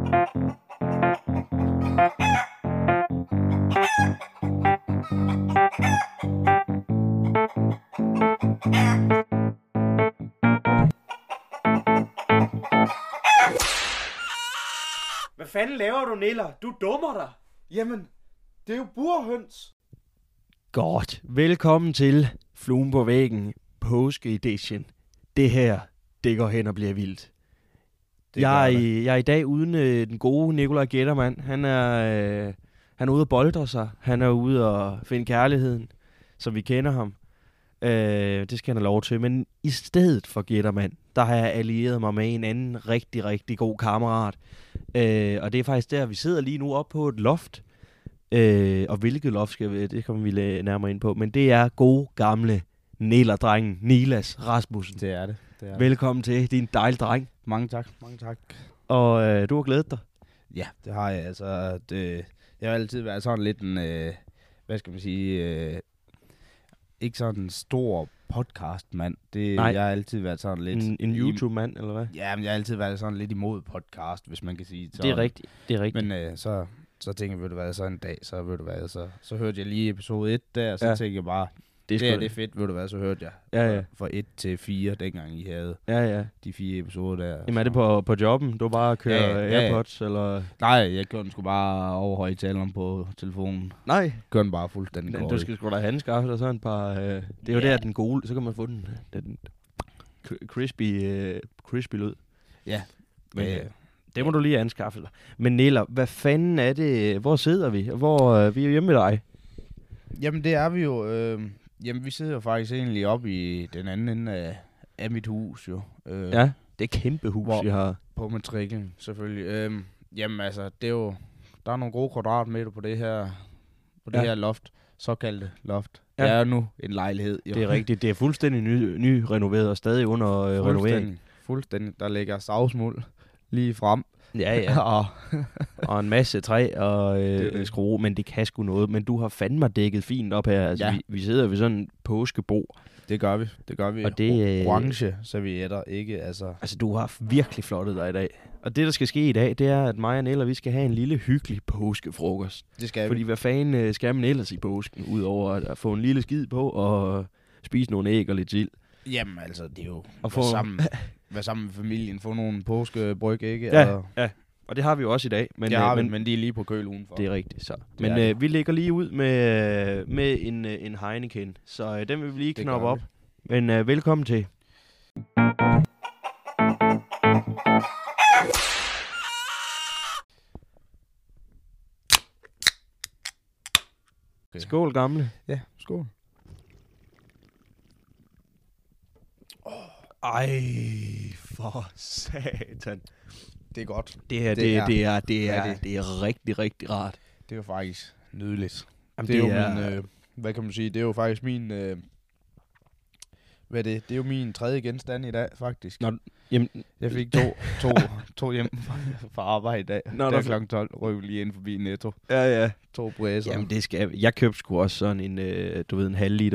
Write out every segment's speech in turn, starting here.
Hvad fanden laver du, Niller? Du dummer dig. Jamen, det er jo burhøns. Godt. Velkommen til Fluen på væggen Påske Edition. Det her, det går hen og bliver vildt. Jeg er i dag uden den gode Nikolaj Gettermann. Han er ude at boldre sig. Han er ude at finde kærligheden, som vi kender ham. Det skal han have lov til. Men i stedet for Gettermann, der har jeg allieret mig med en anden rigtig, rigtig god kammerat. Og det er faktisk der, vi sidder lige nu oppe på et loft. Og hvilket loft det kommer vi nærmere ind på. Men det er gode, gamle Niller-drengen Nilas Rasmussen. Det er det. Velkommen til, din dejlige dreng. Mange tak. Og du har glædet dig? Ja, det har jeg. Altså, jeg har altid været sådan lidt en, hvad skal man sige, ikke sådan en stor podcast-mand. Jeg har altid været sådan lidt... En YouTube-mand, eller hvad? Ja, men jeg har altid været sådan lidt imod podcast, hvis man kan sige sådan. Det er rigtigt. Men så tænker jeg, ved du hvad, så en dag, så hørte jeg lige episode 1 der, og så tænkte jeg bare, det er fedt, ved du hvad, så hørte jeg. Fra 1 til 4, dengang I havde de 4 episoder der. Jamen er det på jobben? Du bare kører AirPods, eller? Nej, jeg kørte den sgu bare over højtaleren på telefonen. Nej. Kørte den bare fuldstændig kort. Du skal sgu da have skaffe og sådan et par... det er jo der, den gode, så kan man få den crispy lyd. Ja. Men, det må du lige anskaffe dig. Men Niller, hvad fanden er det? Hvor sidder vi? Vi er hjemme med dig. Jamen det er vi jo. Jamen vi sidder jo faktisk egentlig oppe i den anden ende af mit hus jo. Ja, det er kæmpe hus, jeg har. På matriklen, selvfølgelig. Jamen altså, det er jo... Der er nogle gode kvadratmeter på det her, det her loft. Såkaldte loft. Ja. Det er nu en lejlighed. Jo. Det er rigtigt. Det er fuldstændig ny renoveret og stadig under renovering. Fuldstændig. Der ligger savsmuld lige frem. Ja. og en masse træ og skrue, men det kan sgu noget. Men du har fandme dækket fint op her. Altså, vi sidder ved sådan en påskebord. Det gør vi. Og det orange servietter, ikke? Altså, du har virkelig flottet dig i dag. Og det, der skal ske i dag, det er, at mig og Niller, vi skal have en lille hyggelig påskefrokost. Det skal vi. Fordi hvad fanden skal man ellers i påsken, udover at få en lille skid på og spise nogle æg og lidt sild? Jamen altså, det er jo være sammen med familien, få nogle påskebryg, ikke? Ja. Og det har vi jo også i dag. Men, men de er lige på køl udenfor. Det er rigtigt, så. Men vi lægger lige ud med en Heineken, så den vil vi lige knoppe op. Men velkommen til. Okay. Skål, gamle. Ja, skål. Ej, for satan. Det er godt. Det her, det er rigtig, rigtig rart. Det er jo faktisk nydeligt. Jamen, det er jo min, hvad kan man sige, det er jo faktisk min, det er jo min tredje genstand i dag, faktisk. Jamen, jeg fik to hjem fra arbejde i dag. Der klokken 12 røg lige ind forbi Netto. Ja. 2 bræser. Jamen, det skal jeg købte sgu også sådan en, en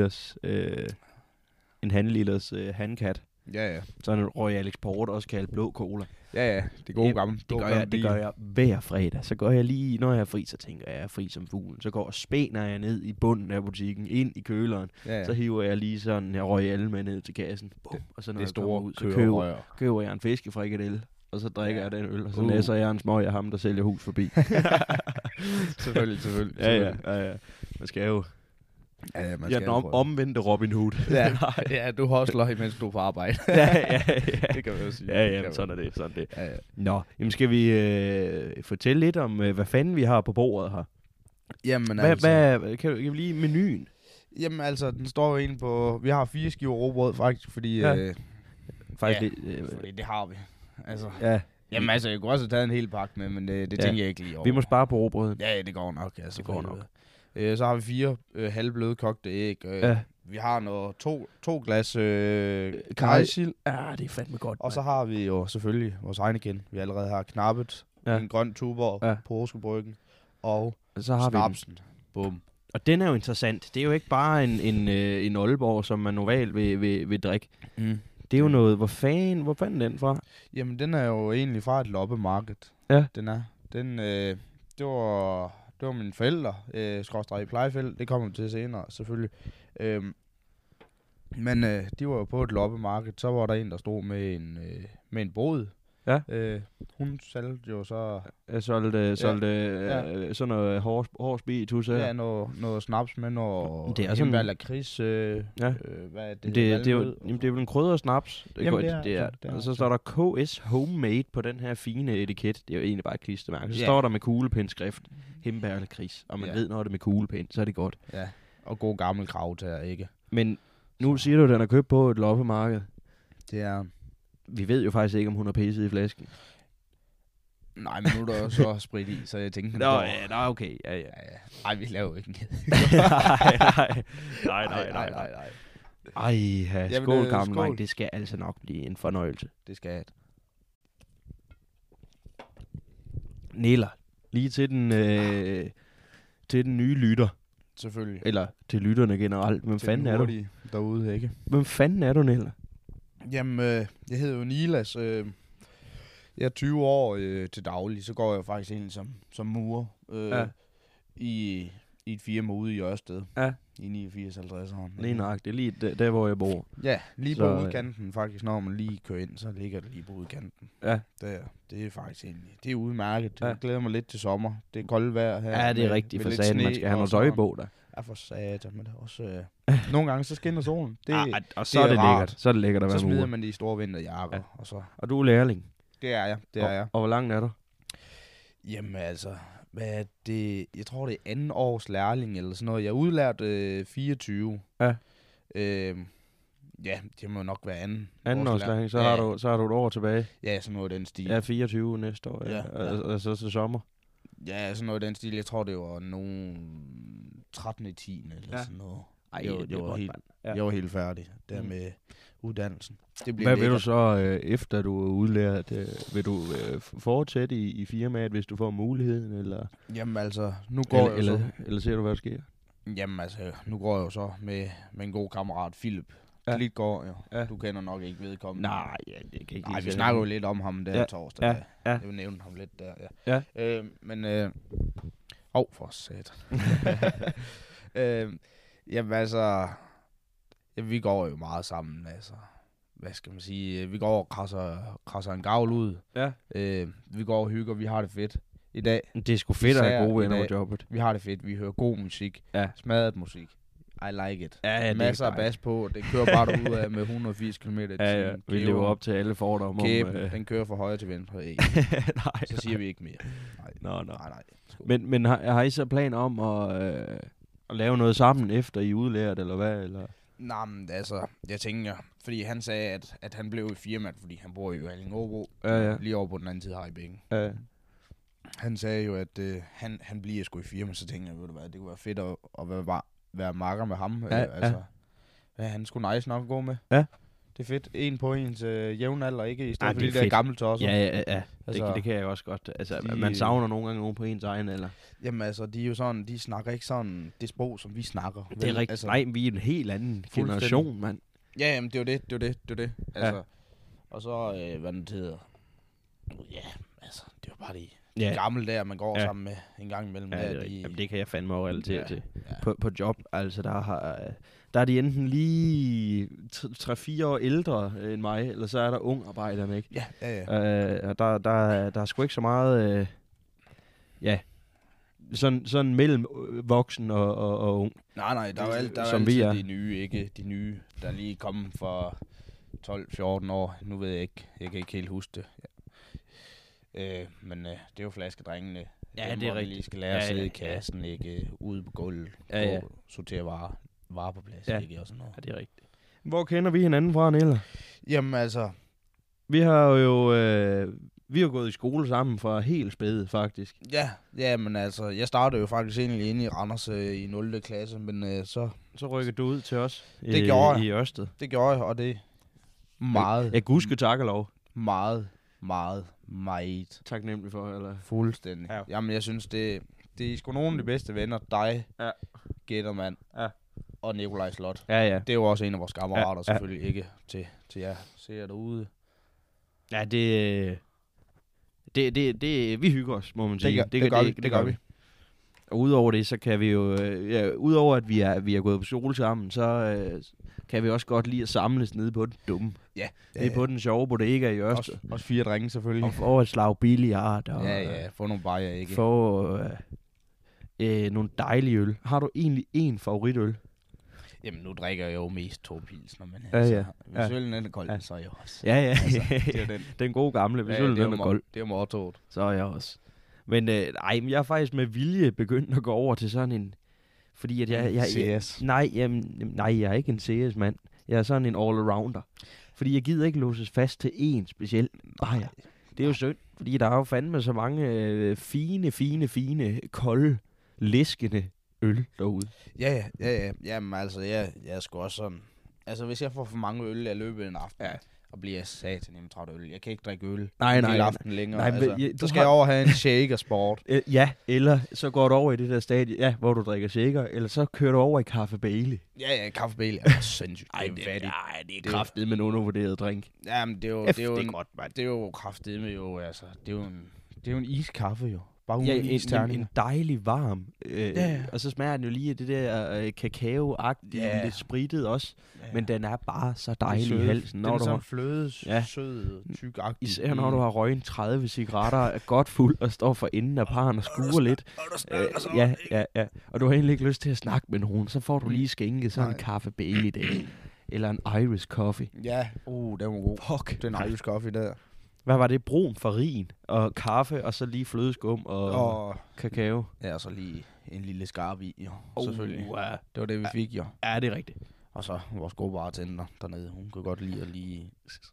halv liters handkat. Ja. Sådan en Royal Export, også kaldt blå cola. Ja, det gode gamle. Det gør jeg hver fredag. Så går jeg lige, når jeg er fri, så tænker jeg er fri som fuglen. Så går og spæner jeg ned i bunden af butikken, ind i køleren. Ja. Så hiver jeg lige sådan en Royal med ned til kassen. Bum. Og så når jeg kommer ud, så køber jeg en fiskefrikadelle. Og så drikker jeg den øl, og så læser jeg en smøg af ham, der sælger hus forbi. Selvfølgelig. Ja. Man skal jo... Ja, den omvendte Robin Hood. Ja, du hostler, imens du er på arbejde. ja. Det kan vi jo sige. Ja, sådan er det. Ja. Nå, jamen skal vi fortælle lidt om, hvad fanden vi har på bordet her? Jamen kan vi lige menuen? Jamen altså, den står jo egentlig på... Vi har 4 skiver råbrød, faktisk, fordi... fordi det har vi. Altså... Ja. Jamen altså, jeg kunne også have taget en hel pakke med, men det tænker jeg ikke lige over. Vi må spare på råbrødet. Ja, det går nok. Altså, det går nok. Så har vi 4 halvbløde kogte æg. Vi har to glas kajsild. Ja, det er fandme godt. Og så har vi jo selvfølgelig vores Heineken. Vi allerede har knappet. En grøn Tuborg, påskebryggen og så har snapsen. Bum. Og den er jo interessant. Det er jo ikke bare en Aalborg, som man normalt vil drikke. Det er jo noget, hvor fanden den fra? Jamen, den er jo egentlig fra et loppemarked. Ja. Den er. Det var mine forældre, / plejefælde. Det kommer vi til senere, selvfølgelig. Men de var jo på et loppemarked. Så var der en, der stod med en båd. Ja. Hun solgte jo så... Solgte sådan noget hård spiritus. Ja, noget snaps med noget... Det er sådan... lakrids. Hvad er det? Det er jo en krydder snaps. Det er. Og så står der KS Homemade på den her fine etiket. Det er jo egentlig bare et klistermærke. Så står der med kuglepindskrift. Himbeer lakrids. Og man ved, når det er med kuglepind, så er det godt. Ja, og god gammel kravtager, ikke? Men nu siger du, at den er købt på et loppemarked. Det er... Vi ved jo faktisk ikke, om hun har pisset i flasken. Nej, men nu er der jo så sprit i, så jeg tænkte... Nå, okay. Ja. Ej, vi laver jo ikke en Nej. Ej, skål, gammel dreng. Det skal altså nok blive en fornøjelse. Det skal det. Niller. Lige til den nye lytter. Selvfølgelig. Eller til lytterne generelt. Hvem fanden er du? Derude, ikke? Hvem fanden er du, Niller? Jamen, jeg hedder jo Nilas. Jeg er 20 år til daglig. Så går jeg faktisk ind som murer i et firma ude i Ørsted. Ja. I 89-50'eren. Lige nok. Det er lige der, hvor jeg bor. Ja, lige på udkanten faktisk. Når man lige kører ind, så ligger det lige på udkanten. Ja. Det er faktisk egentlig... Det er udmærket. Jeg glæder mig lidt til sommer. Det er koldt vejr her. Ja, det er rigtigt for satan. Man skal have noget tøj på der. Ja, for satan. Men det er også... nogle gange, så skinner solen. Og så er det lækkert. Så er det lækkert at være så smider man de store vinterjakker. Ja. Og du er lærling? Det er jeg. Og hvor langt er du? Jamen altså... Hvad er det? Jeg tror, det er anden års lærling eller sådan noget. Jeg er udlært 24. Ja. Ja, det må nok være anden års lærling. Så har du et år tilbage. Ja, sådan noget den stil. Ja, 24 næste år. Ja. Og så til sommer. Ja, sådan noget den stil. Jeg tror, det var nogen 13. 10. eller sådan noget. Ej, jeg var helt færdig der med uddannelsen. Hvad vil du så, efter du er udlært? Vil du fortsætte i firmaet, hvis du får muligheden? Eller? Jamen altså, nu går jeg så... Eller ser du, hvad der sker? Jamen altså, nu går jeg jo så med en god kammerat, Philip. Ja. Klitgaard, ja. Du kender nok ikke vedkommende. Nej, det kan ikke. Nej, vi snakker jo lidt om ham der torsdag. Ja. Jeg vil nævne ham lidt der, ja. Men, for satan. Jamen altså... Ja, vi går jo meget sammen, altså. Hvad skal man sige? Vi går og krasser en gavl ud. Ja. Vi går og hygger, vi har det fedt i dag. Det er sgu fedt at have gode venner på jobbet. Vi har det fedt, vi hører god musik. Ja. Smadret musik. I like it. Ja, masser af bas på, det kører bare ud af med 180 km i timen. Ja, vi lever op til alle fordomme. Kæben, den kører fra højre til venstre. Nej, så siger vi ikke mere. Nej. Men har I så plan om at lave noget sammen efter I udlært, eller hvad? Eller? Nej, men altså, jeg tænker, fordi han sagde, at han blev i firmaet, fordi han bor jo i Allingåbro, lige over på den anden side her i Bækken. Ja. Han sagde jo, at han bliver sgu i firmaet, så tænkte jeg, ved du hvad, det kunne være fedt at være makker med ham. Altså, han skulle nice nok at gå med. Ja. Det er fedt. En på ens jævnalder, ikke? I stedet for de der gamle tosser. Ja. Altså, det kan jeg også godt. Altså, man savner nogle gange nogen på ens egen alder. Jamen altså, de er jo sådan, de snakker ikke sådan det sprog, som vi snakker. Det er rigtigt. Altså, nej, vi er en helt anden generation, mand. Ja, jamen, det er jo det. Altså, og så, hvad det hedder. Ja, altså, det var bare de gamle der, man går sammen med en gang imellem. Ja, jamen, det kan jeg fandme også relatere til. Ja. På job, altså, der er de enten lige 3-4 år ældre end mig, eller så er der ungarbejderne, ikke? Ja. Der er sgu ikke så meget, sådan mellem voksen og ung. Nej, der er altid de nye, ikke? De nye, der lige kommet for 12-14 år. Nu ved jeg ikke, jeg kan ikke helt huske det. Ja. Men det er jo flaskedrengene. Ja, det er rigtigt. Lige skal lære at sidde i kassen, ikke? Ude på gulvet, sortere varer på plads, ikke? Og sådan noget. Ja, det er rigtigt. Hvor kender vi hinanden fra, Niller? Jamen altså... Vi har jo... Vi har gået i skole sammen fra helt spæde, faktisk. Ja, men altså, jeg startede jo faktisk egentlig inde i Randers i 0. klasse, men så rykkede du ud til os i Ørsted. Det gjorde jeg, og det er meget... Jeg gudske tak og lov. Meget. Taknemmelig for, eller? Fuldstændig. Ja. Jamen, jeg synes, det er sgu nogle af de bedste venner. Dig, Gættermand, Og Nikolaj Slot. Ja. Det er jo også en af vores kammerater, selvfølgelig ikke til jer ser derude. Ja, vi hygger os, må man sige. Det gør vi. Og udover det, så kan vi jo, udover at vi er gået på skole sammen, så kan vi også godt lide at samles nede på den dumme. Ja. Det er på den sjove bodega i Ørsted. Også 4 drenge selvfølgelig. Og få et slag billiard. Og, få nogle bajer, ikke? Få nogle dejlige øl. Har du egentlig en favoritøl? Jamen, nu drikker jeg jo mest 2 pilsner, men hvis øllen er kold, så er jeg også. Ja. Altså, det er den gode gamle, hvis øllen er kold. Det er mottoet. Så er jeg også. Men jeg er faktisk med vilje begyndt at gå over til sådan en... Fordi at jeg CS? Nej, jeg er ikke en CS-mand. Jeg er sådan en all-arounder. Fordi jeg gider ikke låses fast til én speciel bajer. Det er jo synd, fordi der er jo fandme så mange fine, kolde, læskende øl derude. Ja. Jamen altså, jeg er sgu også sådan... Altså, hvis jeg får for mange øl i løbet af en aften... Og bliver satan i træt øl. Jeg kan ikke drikke øl hele aften længere. Så skal jeg over have en shaker-sport. Ja, eller så går du over i det der stadie, hvor du drikker shaker, eller så kører du over i Kaffe Bailey. Ja, Kaffe Bailey er sindssygt. Det er kraftigt med en undervurderet drink. Jamen, det er jo kraftigt med jo, altså. Det er jo en iskaffe jo. Bare en dejlig varm. Og så smager den jo lige af det der kakao-agtige, lidt spritet også. Ja. Men den er bare så dejlig i halsen. Den er sådan fløde, sød, tyk-agtig. Især når du har røget 30 cigaretter, er godt fuld og står for enden af paren og skuer lidt. Ja. Og du har egentlig ikke lyst til at snakke med nogen. Så får du lige skænket sådan en Kaffe Bailey der. Eller en Irish coffee. Ja, den var god. Fuck. Den Irish coffee der. Hvad var det? Brun farin og kaffe, og så lige flødeskum og kakao. Ja, og så lige en lille skarp i, jo. Selvfølgelig. Det var det, vi fik, jo. Ja, det er rigtigt. Og så vores gode bartender dernede. Hun kunne godt lide at lige...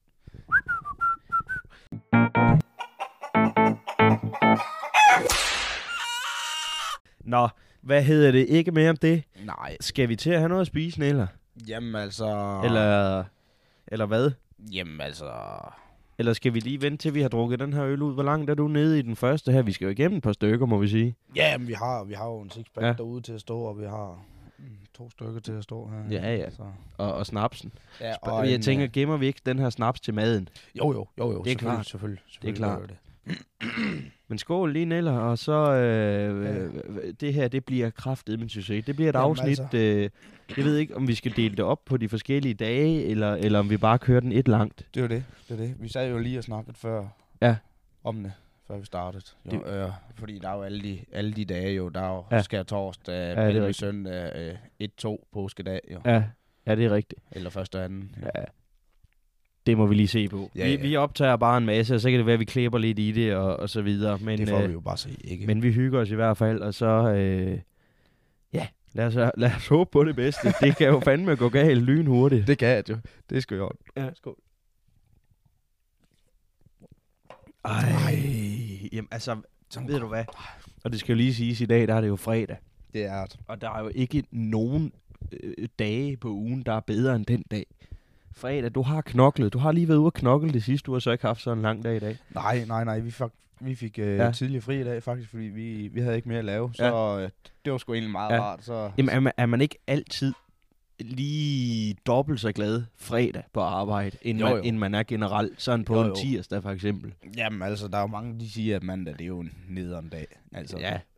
Nå, hvad hedder det? Ikke mere om det? Nej. Skal vi til at have noget at spise, eller? Jamen altså... Eller hvad? Jamen altså... Eller skal vi lige vente til vi har drukket den her øl ud? Hvor langt er du nede i den første her? Vi skal jo igennem et par stykker, må vi sige. Ja, men vi har jo en sixpack derude til at stå, og vi har 2 stykker til at stå her. Ja. Så. Og snapsen. Ja, og jeg tænker, gemmer vi ikke den her snaps til maden? Jo. Det er klart. Selvfølgelig. Det er klart. Men skål lige, Neller, og så det her, det bliver kraftedeme succes. Det bliver et afsnit. Altså. Jeg ved ikke, om vi skal dele det op på de forskellige dage, eller om vi bare kører den et langt. Det er det. Vi sad jo lige og snakkede før om det, før vi startede. Jo, fordi der er jo alle de dage, jo. Der er jo skær torsdag, søndag, 1-2 påskedag, jo. Ja, det er rigtigt. Eller første og anden. Ja. Det må vi lige se på. Ja. Vi optager bare en masse, og så kan det være, at vi klæber lidt i det, og så videre. Men, det får vi jo bare se, ikke? Men vi hygger os i hvert fald, og så... lad os håbe på det bedste. Det kan jo fandme gå galt lynhurtigt. Det kan jo. Det skal jo. Ja, skål. Jamen altså, ved du hvad? Og det skal jo lige siges, i dag, der er det jo fredag. Det er det. Og der er jo ikke nogen dage på ugen, der er bedre end den dag. Fredag, du har knoklet. Du har lige været ude at knokle det sidste, du har så ikke haft sådan en lang dag i dag. Nej. Vi fik tidligere fri i dag, faktisk, fordi vi havde ikke mere at lave. Så det var sgu egentlig meget rart. Så... Jamen, er man ikke altid lige dobbelt så glad fredag på arbejde, end man er generelt, sådan på en tirsdag for eksempel? Jamen altså, der er jo mange, der siger, at mandag, det er jo en nederen dag. Altså,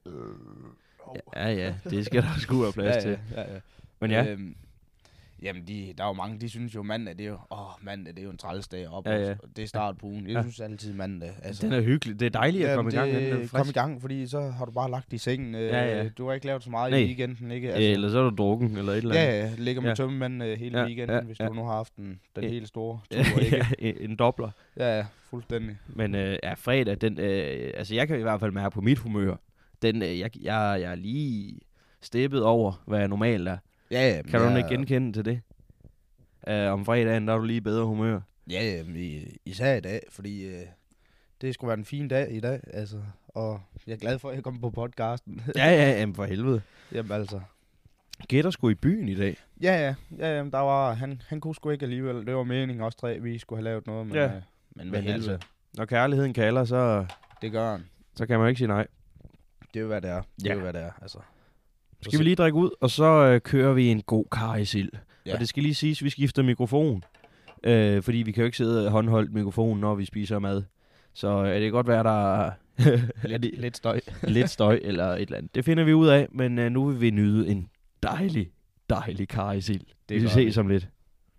Ja, det skal der sgu have plads til. Ja. Men ja. Jamen, der er jo mange, de synes jo, mandag, det er jo en trælsdag op. Det er start på ugen. Jeg synes altid mandag. Altså, den er hyggelig. Det er dejligt at komme i gang. Kom i gang, fordi så har du bare lagt i sengen. Du har ikke lavet så meget i weekenden, ikke? Altså, eller så er du drukken, eller et eller andet. Ja, ligger med tømmemand hele weekenden, hvis du nu har haft den helt store tur, ikke? En dobler. Ja, fuldstændig. Men fredag, den, altså jeg kan i hvert fald mærke på mit humør. Jeg er lige steppet over, hvad jeg normalt er. Ja, kan du ikke genkende til det? Om fredagen, der er du lige bedre humør. Ja, især i dag, fordi det skulle være en fin dag i dag, altså. Og jeg er glad for, at jeg kom på podcasten. Ja, for helvede. Jamen altså. Gætter sgu i byen i dag? Ja, der var, han kunne sgu ikke alligevel. Det var meningen også 3, vi skulle have lavet noget, men hvad helvede. Altså, når kærligheden kalder, så... Det gør han. Så kan man ikke sige nej. Det er jo, hvad det er. Det er jo, hvad det er, altså. Så skal vi lige drikke ud, og så kører vi en god karrysild. Ja. Og det skal lige siges, at vi skifter mikrofon. Fordi vi kan jo ikke sidde håndholdt mikrofonen, når vi spiser mad. Så det kan godt være, der er lidt støj. Lidt støj eller et eller andet. Det finder vi ud af, men nu vil vi nyde en dejlig karrysild. Det vi ses om lidt.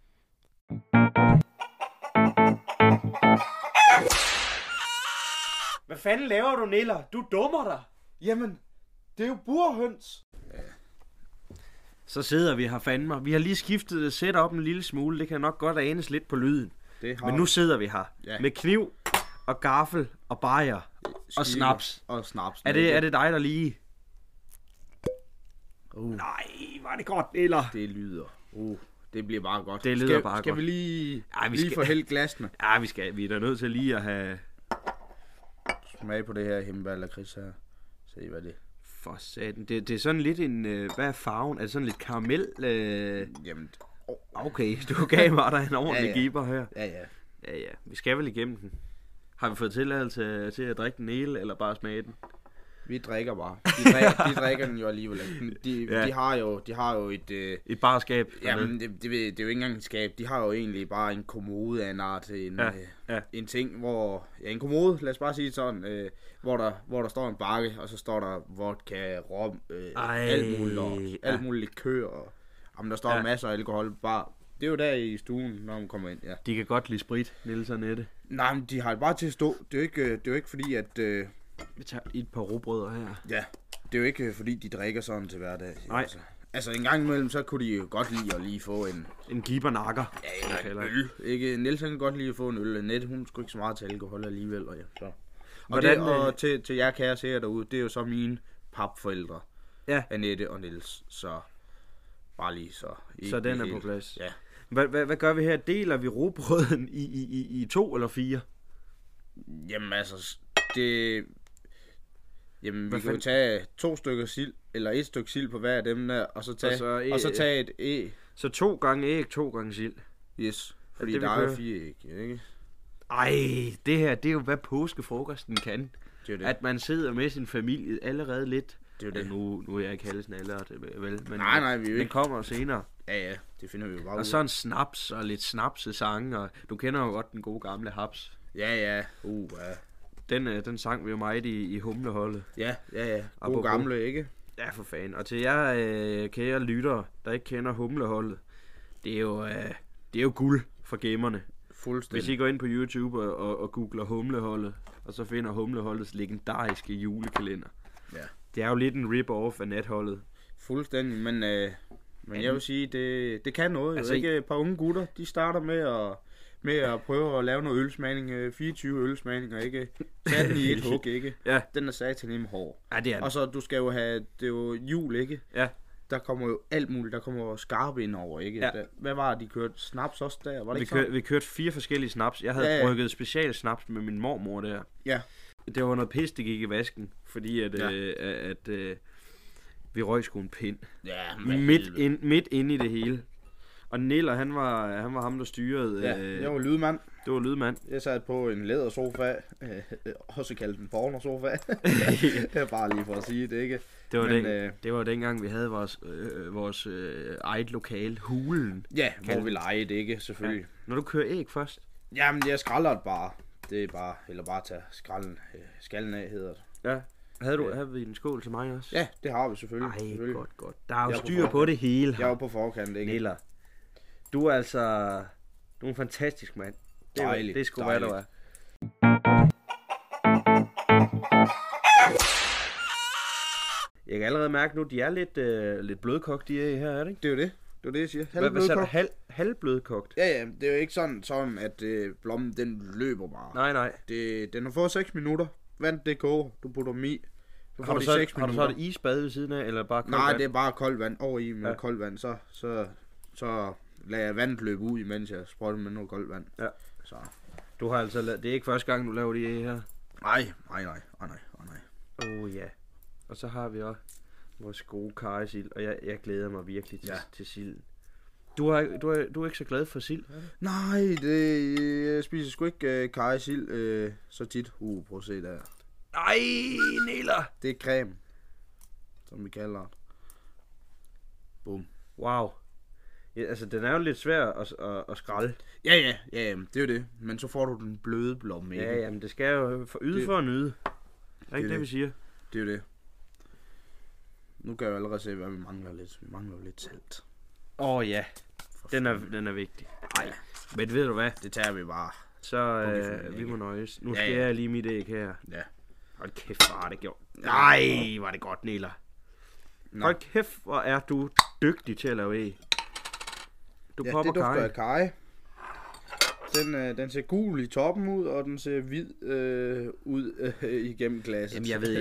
Hvad fanden laver du, Niller? Du dummer dig. Jamen, det er jo burhøns. Ja. Så sidder vi her fandme. Vi har lige skiftet setup en lille smule. Det kan nok godt anes lidt på lyden. Men nu sidder vi her med kniv og gaffel og bajer og snaps. Er det dig, der lige... Nej, var det godt, eller? Det lyder. Det bliver bare godt. Det lyder bare godt. Skal vi lige få hældt glasene? Ja, vi skal. Vi er da nødt til lige at have... smag på det her himmel og kris her. Se hvad det er. For satan. Det er sådan lidt en... hvad er farven? Er det sådan lidt karamel? Jamen... Okay, du gav mig der en ordentlig giber her. Ja. Vi skal vel igennem den. Har vi fået tilladelse til at drikke den hele, eller bare smage den? Vi drikker bare. De drikker den jo alligevel. De har jo et barskab. Jamen, det er jo ikke engang et skab. De har jo egentlig bare en kommode af en art. En ting, hvor... Ja, en kommode, lad os bare sige sådan. Hvor der står en bakke, og så står der vodka, rom, alt muligt likør. Og jamen, der står masser af alkohol. Bare... Det er jo der i stuen, når man kommer ind, ja. De kan godt lide sprit, Niels og Nette. Nej, men de har det bare til at stå. Det er jo ikke fordi, at... Vi tager et par rugbrødder her. Ja, det er jo ikke fordi, de drikker sådan til hverdag. Nej. Altså en gang imellem, så kunne de jo godt lide at lige få en gibernakker. Ja, en øl. Ikke? Niels kan godt lide at få en øl. Nette, hun skulle ikke så meget til alkohol alligevel. Og ja, så. Og til jer kære seere derude, det er jo så mine papforældre. Ja. Annette og Niels. Så bare lige så. Så den er på plads. Ja. Hvad gør vi her? Deler vi rugbrøden i 2 eller 4? Jamen altså, Jamen, vi kan jo tage 2 stykker sild, eller 1 stykke sild på hver af dem der, og så tage et æg. Så 2 gange æg, 2 gange sild. Yes, fordi der er 4 æg, ikke? Ej, det her, det er jo hvad påskefrokosten kan. Det. At man sidder med sin familie allerede lidt. Det er jo det. Nu er jeg ikke halsen alderet, vel? Men nej, vi er jo ikke. Den kommer senere. Ja, det finder vi jo bare ud. Og så en snaps og lidt snapsesange, og du kender jo godt den gode gamle Haps. Ja. Den sang vi jo meget i Humleholdet. Ja. God gamle, ikke? Ja, for fanden. Og til jer kære lyttere, der ikke kender Humleholdet, det er jo guld for gamerne. Fuldstændig. Hvis I går ind på YouTube og googler Humleholdet, og så finder Humleholdets legendariske julekalender. Ja. Det er jo lidt en rip-off af Natholdet. Fuldstændig, men jeg vil sige, det kan noget. Altså, ikke et par unge gutter, de starter med at prøve at lave noget ølsmagning, 24 ølsmagninger, ikke? Tag den i et hug, ikke? Ja. Den er satan nemt hård. Ja, det er den. Og så du skal jo have, det er jo jul, ikke? Ja. Der kommer jo alt muligt, der kommer jo skarpe ind over, ikke? Ja. Hvad var det, de kørte? Snaps også der? Var det ikke vi kørte 4 forskellige snaps. Jeg havde brygget special snaps med min mormor der. Ja. Det var noget pis, det gik i vasken, fordi at vi røg sgu en pind. Ja, midt inde i det hele. Og Niller, han var ham, der styrede. Ja, jeg var lydmand. Det var lydmand. Jeg sad på en lædersofa, også kaldt en pornosofa. Bare lige for at sige det, ikke? Det var dengang, vi havde vores eget lokale, Hulen. Ja, hvor vi legede, ikke? Selvfølgelig. Ja. Når du kører æg først? Jamen, jeg skralder det bare. Det er bare, eller bare tage skallen af, hedder det. Ja. Havde vi en skål til mig også? Ja, det har vi selvfølgelig. Ej, selvfølgelig. Godt. Der er jo styr på det hele her. Jeg var på forkant, ikke? Niller. Du er en fantastisk mand. Dejligt. Det er sgu hvad du er. Jeg kan allerede mærke nu, de er lidt blødkogt, de er her, er det ikke? Det er jo det. Det er det, jeg siger. Hvad sagde du? Halvblødkogt? Ja, det er jo ikke sådan at blommen, den løber bare. Nej. Den har fået 6 minutter. Vand, det koger. Du putter dem i. Har du så et isbad ved siden af, eller bare koldt vand? Nej, det er bare koldt vand. Over i med koldt vand. Så lader jeg vandet løbe ud, imens jeg sprøjter med noget koldt vand. Ja. Så. Du har altså det er ikke første gang, du laver det her? Nej. Ja. Og så har vi også vores gode karrysild, og jeg glæder mig virkelig til silden. Du er ikke så glad for sild? Nej, jeg spiser sgu ikke karrysild så tit. Prøv at se der. Nej, Niller! Det er creme, som vi kalder det. Bum. Wow. Ja, altså, den er jo lidt svær at skralde. Ja, det er jo det. Men så får du den bløde blomme, ikke? Ja, men det skal jo for at nyde. Det er ikke det, vi siger. Det er jo det. Nu kan jeg jo allerede se, hvad vi mangler lidt. Vi mangler lidt salt. Ja. Den er vigtig. Nej, men ved du hvad? Det tager vi bare. Så vi må nøjes. Nu skal jeg lige mit æg her. Ja. Hold kæft, hvor er det gjort. Nej, var det godt, Nilla. Hold kæft, hvor er du dygtig til at lave æg. Du popper det dufter af kaj. Den ser gul i toppen ud, og den ser hvid ud igennem glasset. Jamen, jeg ved,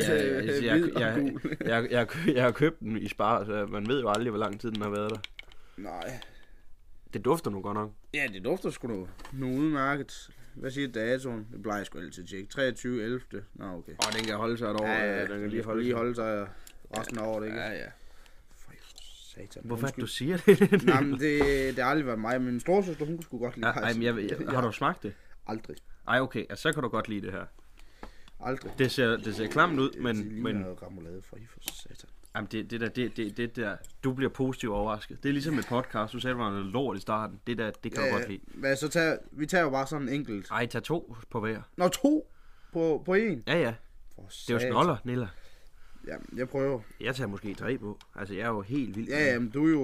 jeg har købt den i Spar, så man ved jo aldrig, hvor lang tid den har været der. Nej. Det dufter nu godt nok. Ja, det dufter sgu nu udmærket. Hvad siger datoen? Det plejer jeg sgu altid at tjekke. 23.11. Nå, okay. Den kan holde sig et år. Ja, den kan lige holde sig resten af året, ikke? Ja. Satan. Hvorfor du siger det? Nej, men det har aldrig været mig. Min storesøster, hun skulle godt lide kaj. Har du smagt det? Aldrig. Ej, okay. Altså, så kan du godt lide det her. Aldrig. Det ser klamt ud, men... Det ligner noget ramulade for satan. Jamen, det der, du bliver positivt overrasket. Det er ligesom et podcast, du sagde, det var noget lort i starten. Det kan du godt lide. Hvad, så vi tager jo bare sådan en enkelt. Ej, tag 2 på hver. Nå, 2 på 1? Ja. Det er jo snoller, Nilla. Ja, jeg prøver. Jeg tager måske 3 på. Altså, jeg er jo helt vild. Ja, men du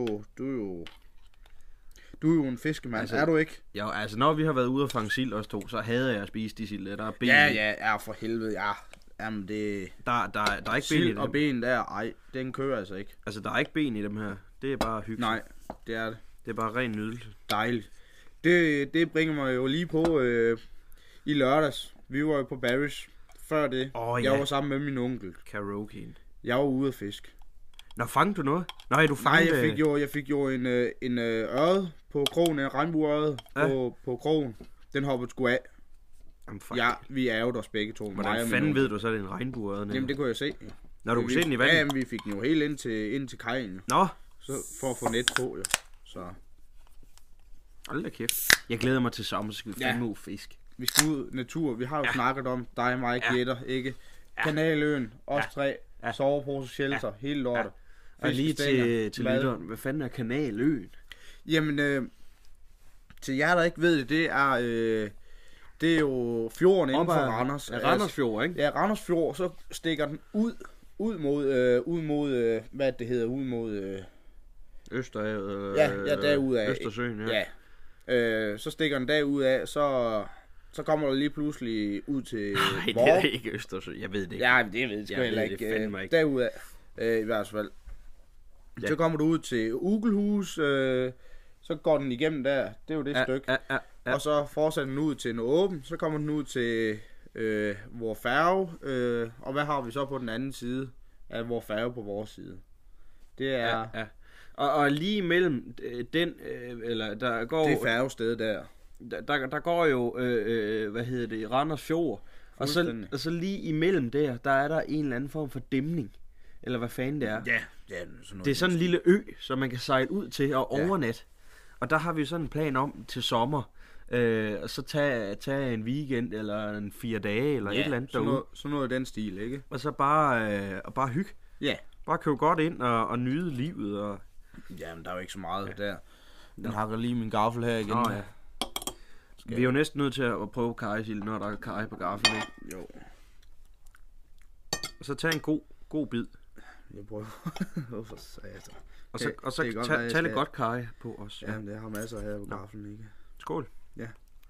er jo en fiskemand, altså, er du ikke? Jo, altså, når vi har været ude og fange sild os 2, så havde jeg at spise de sild. Der er ben. Ja, for helvede, ja. Jamen, det... Der er ikke ben i dem. Og ben der, ej, den kører altså ikke. Altså, der er ikke ben i dem her. Det er bare hyggeligt. Nej, det er det. Det er bare ren nydelse. Dejligt. Det bringer mig jo lige på i lørdags. Vi var jo på Barry's. Før det, jeg var sammen med min onkel. Karaoke. Jeg var ude at fiske. Nå, fangede du noget? Nej, jeg fik jo en ørred på krogen, en regnbueørred på krogen. Den hoppede sgu af. Ja, vi ærgede os begge to. Hvordan fanden ved du så, det er en regnbueørred? Jamen, det kunne jeg se. Når du kunne se den i vandet? Ja, men vi fik den jo helt ind til kajen. Nå. Så for at få net på, jo. Så. Hold da kæft. Jeg glæder mig til sommer, så skal vi fandme fisk. Vi skal ud natur. Vi har jo snakket om dig, mig, Gætter, ikke? Kanaløen, os 3, sovepose, shelter, hele lortet. Og lige til lytteren, hvad fanden er Kanaløen? Jamen, til jer, der ikke ved det, det er jo fjorden inden for Randers. Ja, Randers Fjord, ikke? Ja, Randers Fjord, så stikker den ud mod, hvad det hedder, ud mod... Østerhavet. Ja, derudad. Østersøen, ja. Så stikker den derudad, så kommer der lige pludselig ud til... Nej, det er ikke Østersø, jeg ved det ikke. Ja, det ved jeg sgu heller ikke. Derudad, i hvert fald. Ja. Så kommer du ud til Ugelhus, så går den igennem der, det er jo det stykke. Ja. Og så fortsætter den ud til en åben, så kommer den ud til vor færge, og hvad har vi så på den anden side af vor færge på vores side? Det er... Ja. Og lige mellem den, eller der går... Det er færgestedet der. Der går jo, Randers Fjord, og så lige imellem der er der en eller anden form for dæmning, eller hvad fanden det er. Ja, sådan noget. Det er sådan en lille ø, som man kan sejle ud til og overnat. Og der har vi sådan en plan om til sommer, og så tage en weekend, eller en 4 dage, eller et eller andet derude. Sådan noget af den stil, ikke? Og så bare hygge. Ja. Bare købe godt ind og nyde livet. Og... Jamen, der er jo ikke så meget der. Den hakker lige min gaffel her igen. Vi er jo næsten nødt til at prøve kajsild, når der er kaj på gaffelen, ikke? Jo. Og så tag en god bid. Jeg prøver. Hvorfor satan? Og så tag lidt godt kaj på os. Ja, det har masser her på gaffelen, ikke? Skål. Ja.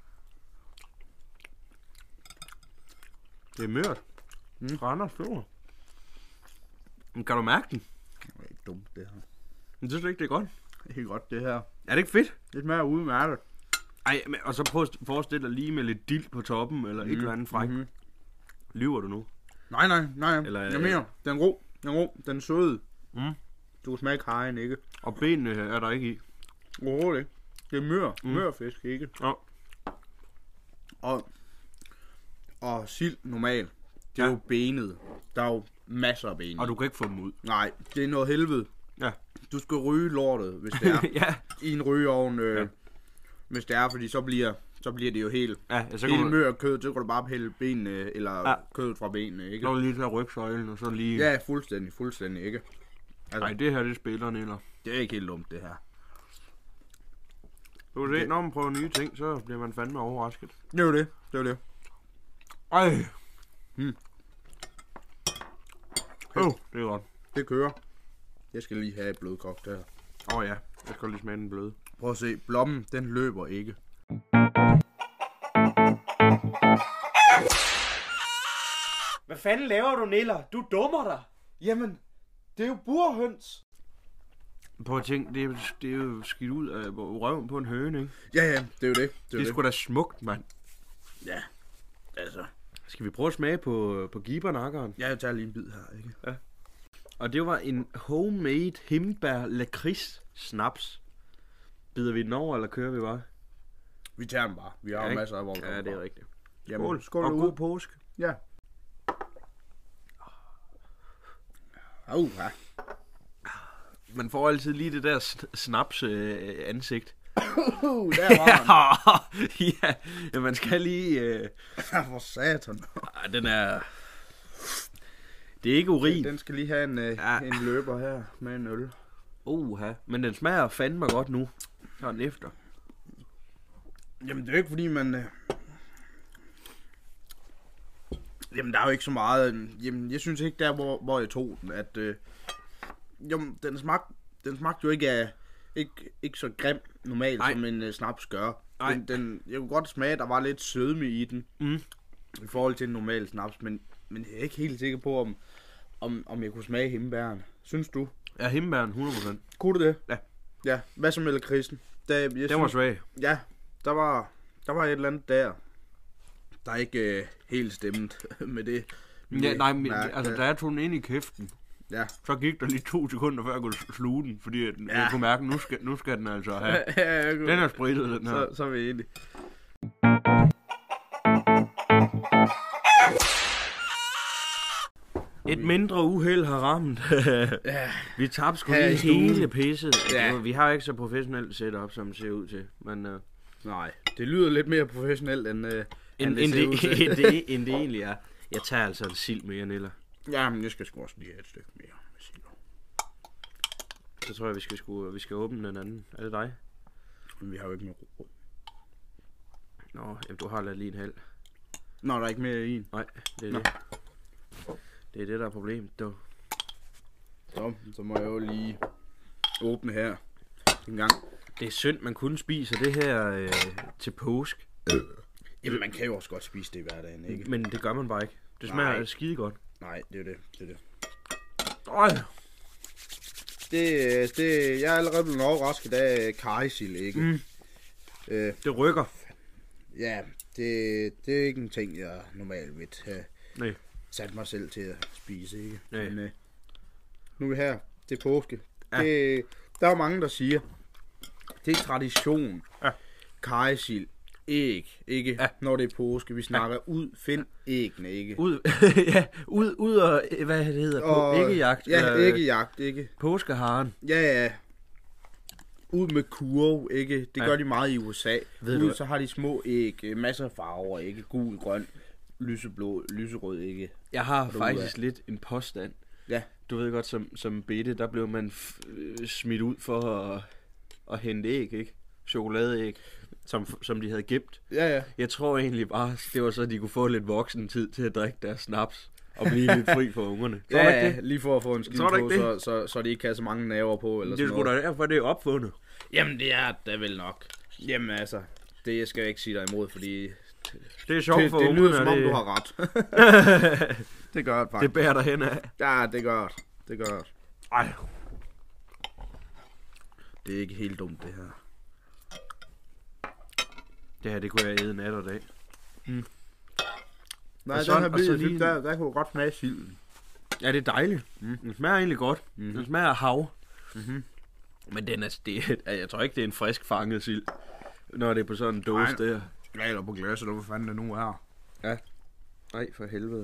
Det er mørt. Randers Fjord. Men kan du mærke den? Det er ikke dumt, det her. Men det synes du ikke, det er godt? Det er helt godt, det her. Er det ikke fedt? Det smager udmærket. Ej, og så forestil dig lige med lidt dild på toppen, eller et eller andet fræk. Lyver du nu? Nej. Eller, jeg mener, den er ro. Den er sød. Du kan smage kajen, ikke? Og benene er der ikke i. Overhovedet ikke. Det er mørfisk, ikke? Ja. Og sild normalt. Det er jo benet. Der er jo masser af ben. Og du kan ikke få dem ud. Nej, det er noget helvede. Ja. Du skal ryge lortet, hvis det er. I en rygeovn. Hvis det er, fordi så bliver det jo helt mør kød, så kan du bare pille benene, eller kødet fra benene, ikke? Så lige tage rygsøjlen, og så lige... Ja, fuldstændig, ikke? Altså, nej, det her, det spiller Niller. Det er ikke helt dumt, det her. Du kan se, når man prøver nye ting, så bliver man fandme overrasket. Det er jo det. Det er jo det. Ej. Det er godt. Det kører. Jeg skal lige have et blødkogt her. Ja, jeg skal lige smage den bløde. Prøv at se, blommen, den løber ikke. Hvad fanden laver du, Niller? Du dummer dig. Jamen, det er jo burhøns. Prøv at tænke, det er jo skidt ud af røven på en høne, ikke? Ja, det er jo det. Det er sgu da smukt, mand. Ja, altså. Skal vi prøve at smage på gibernakkeren? Ja, jeg tager lige en bid her, ikke? Ja. Og det var en homemade hindbær lakrids snaps. Bider vi den over, eller kører vi bare? Vi tager den bare. Vi har jo masser af hvor. Ja, det er rigtigt. Jamen, skål og god påske. Ja. Ja. Man får altid lige det der snaps ansigt. Der var den. Ja, man skal lige... For satan. Den er... Det er ikke urin. Den skal lige have en løber her med en øl. Men den smager fandme godt nu. Så den efter. Jamen, det er ikke fordi man... Jamen, der er jo ikke så meget... Jamen, jeg synes ikke der, hvor jeg tog den, at... Jamen, den smagte jo ikke så grim normalt, som en snaps gør. Jeg kunne godt smage, at der var lidt sødme i den. I forhold til en normal snaps, men jeg er ikke helt sikker på, om jeg kunne smage hindbæren. Synes du? Ja, hindbæren 100%. Kunne du det? Ja. Ja, hvad så med lakridsen? Den var svag. Ja, der var et eller andet der ikke helt stemt med det. Ja, nej, men altså, da jeg tog den ind i kæften, ja, så gik der lige 2 sekunder, før jeg kunne sluge den, fordi jeg kunne mærke, nu skal den altså have. Den er spritet, den her. Så er vi enige. Et mindre uheld har ramt. Vi tabte sgu lige hele pisset. Ja. Vi har ikke så professionelt setup, som det ser ud til. Men, nej, det lyder lidt mere professionelt, end det egentlig er. Jeg tager altså en sild mere, Niller. Ja, men jeg skal sgu også lige have et stykke mere med sild. Så tror jeg, vi skal åbne den anden. Er det dig? Men vi har jo ikke mere ro. Nå, jamen, du har ladet lige en halv. Nå, der er ikke mere i en. Nej, det er det. Det er det, der er problemet, dog. Så må jeg jo lige åbne her en gang. Det er synd, man kun spiser det her til påske. Jamen, man kan jo også godt spise det i hverdagen, ikke? Men det gør man bare ikke. Det smager skide godt. Nej, det er det. Øj! Jeg er allerede blevet overrasket af karrysild, ikke? Det rykker. Ja, det er ikke en ting, jeg normalt vil have sat mig selv til at spise, ikke? Nej. Men nu er vi her. Det er påske. Ja. Der er jo mange, der siger, det er tradition. Ja. Karrysild. Æg, ikke? Ja. Når det er påske. Vi snakker find æggene, ikke? Ud og, hvad det hedder, æggejagt. Ja, æggejagt, ikke? Påskeharen. Ja. Ud med kurv, ikke? Det gør de meget i USA. Ud, så har de små æg, masser af farver, ikke? Gul, grøn, lyseblå, lyserød, ikke? Jeg har faktisk lidt en påstand. Ja. Du ved godt, som bitte, der blev man smidt ud for at hente æg, ikke? Chokoladeæg. Som de havde gemt. Ja. Jeg tror egentlig bare, det var så, at de kunne få lidt voksen tid til at drikke deres snaps. Og blive lidt fri for ungerne. Ja, lige for at få en skid på, så de ikke kan så mange naver på. Eller det er sgu da derfor, det er opfundet. Jamen, det er da vel nok. Jamen altså, det skal jeg ikke sige dig imod, fordi... Det er sjovt for ungerne. Det lyder som om, du har ret. Det gør det faktisk. Det bærer dig hen af. Ja, det gør det. Ej. Det er ikke helt dumt, det her. Det her, det kunne jeg æde nat og dag. Nej, den her bid, der kunne godt smage silden. Ja, det er dejligt. Den smager egentlig godt. Den smager af hav. Men den jeg tror ikke, det er en frisk fanget sild, når det er på sådan en dåse der. Ja, eller på glas, eller hvad fanden det nu er. Ja. Nej, for helvede.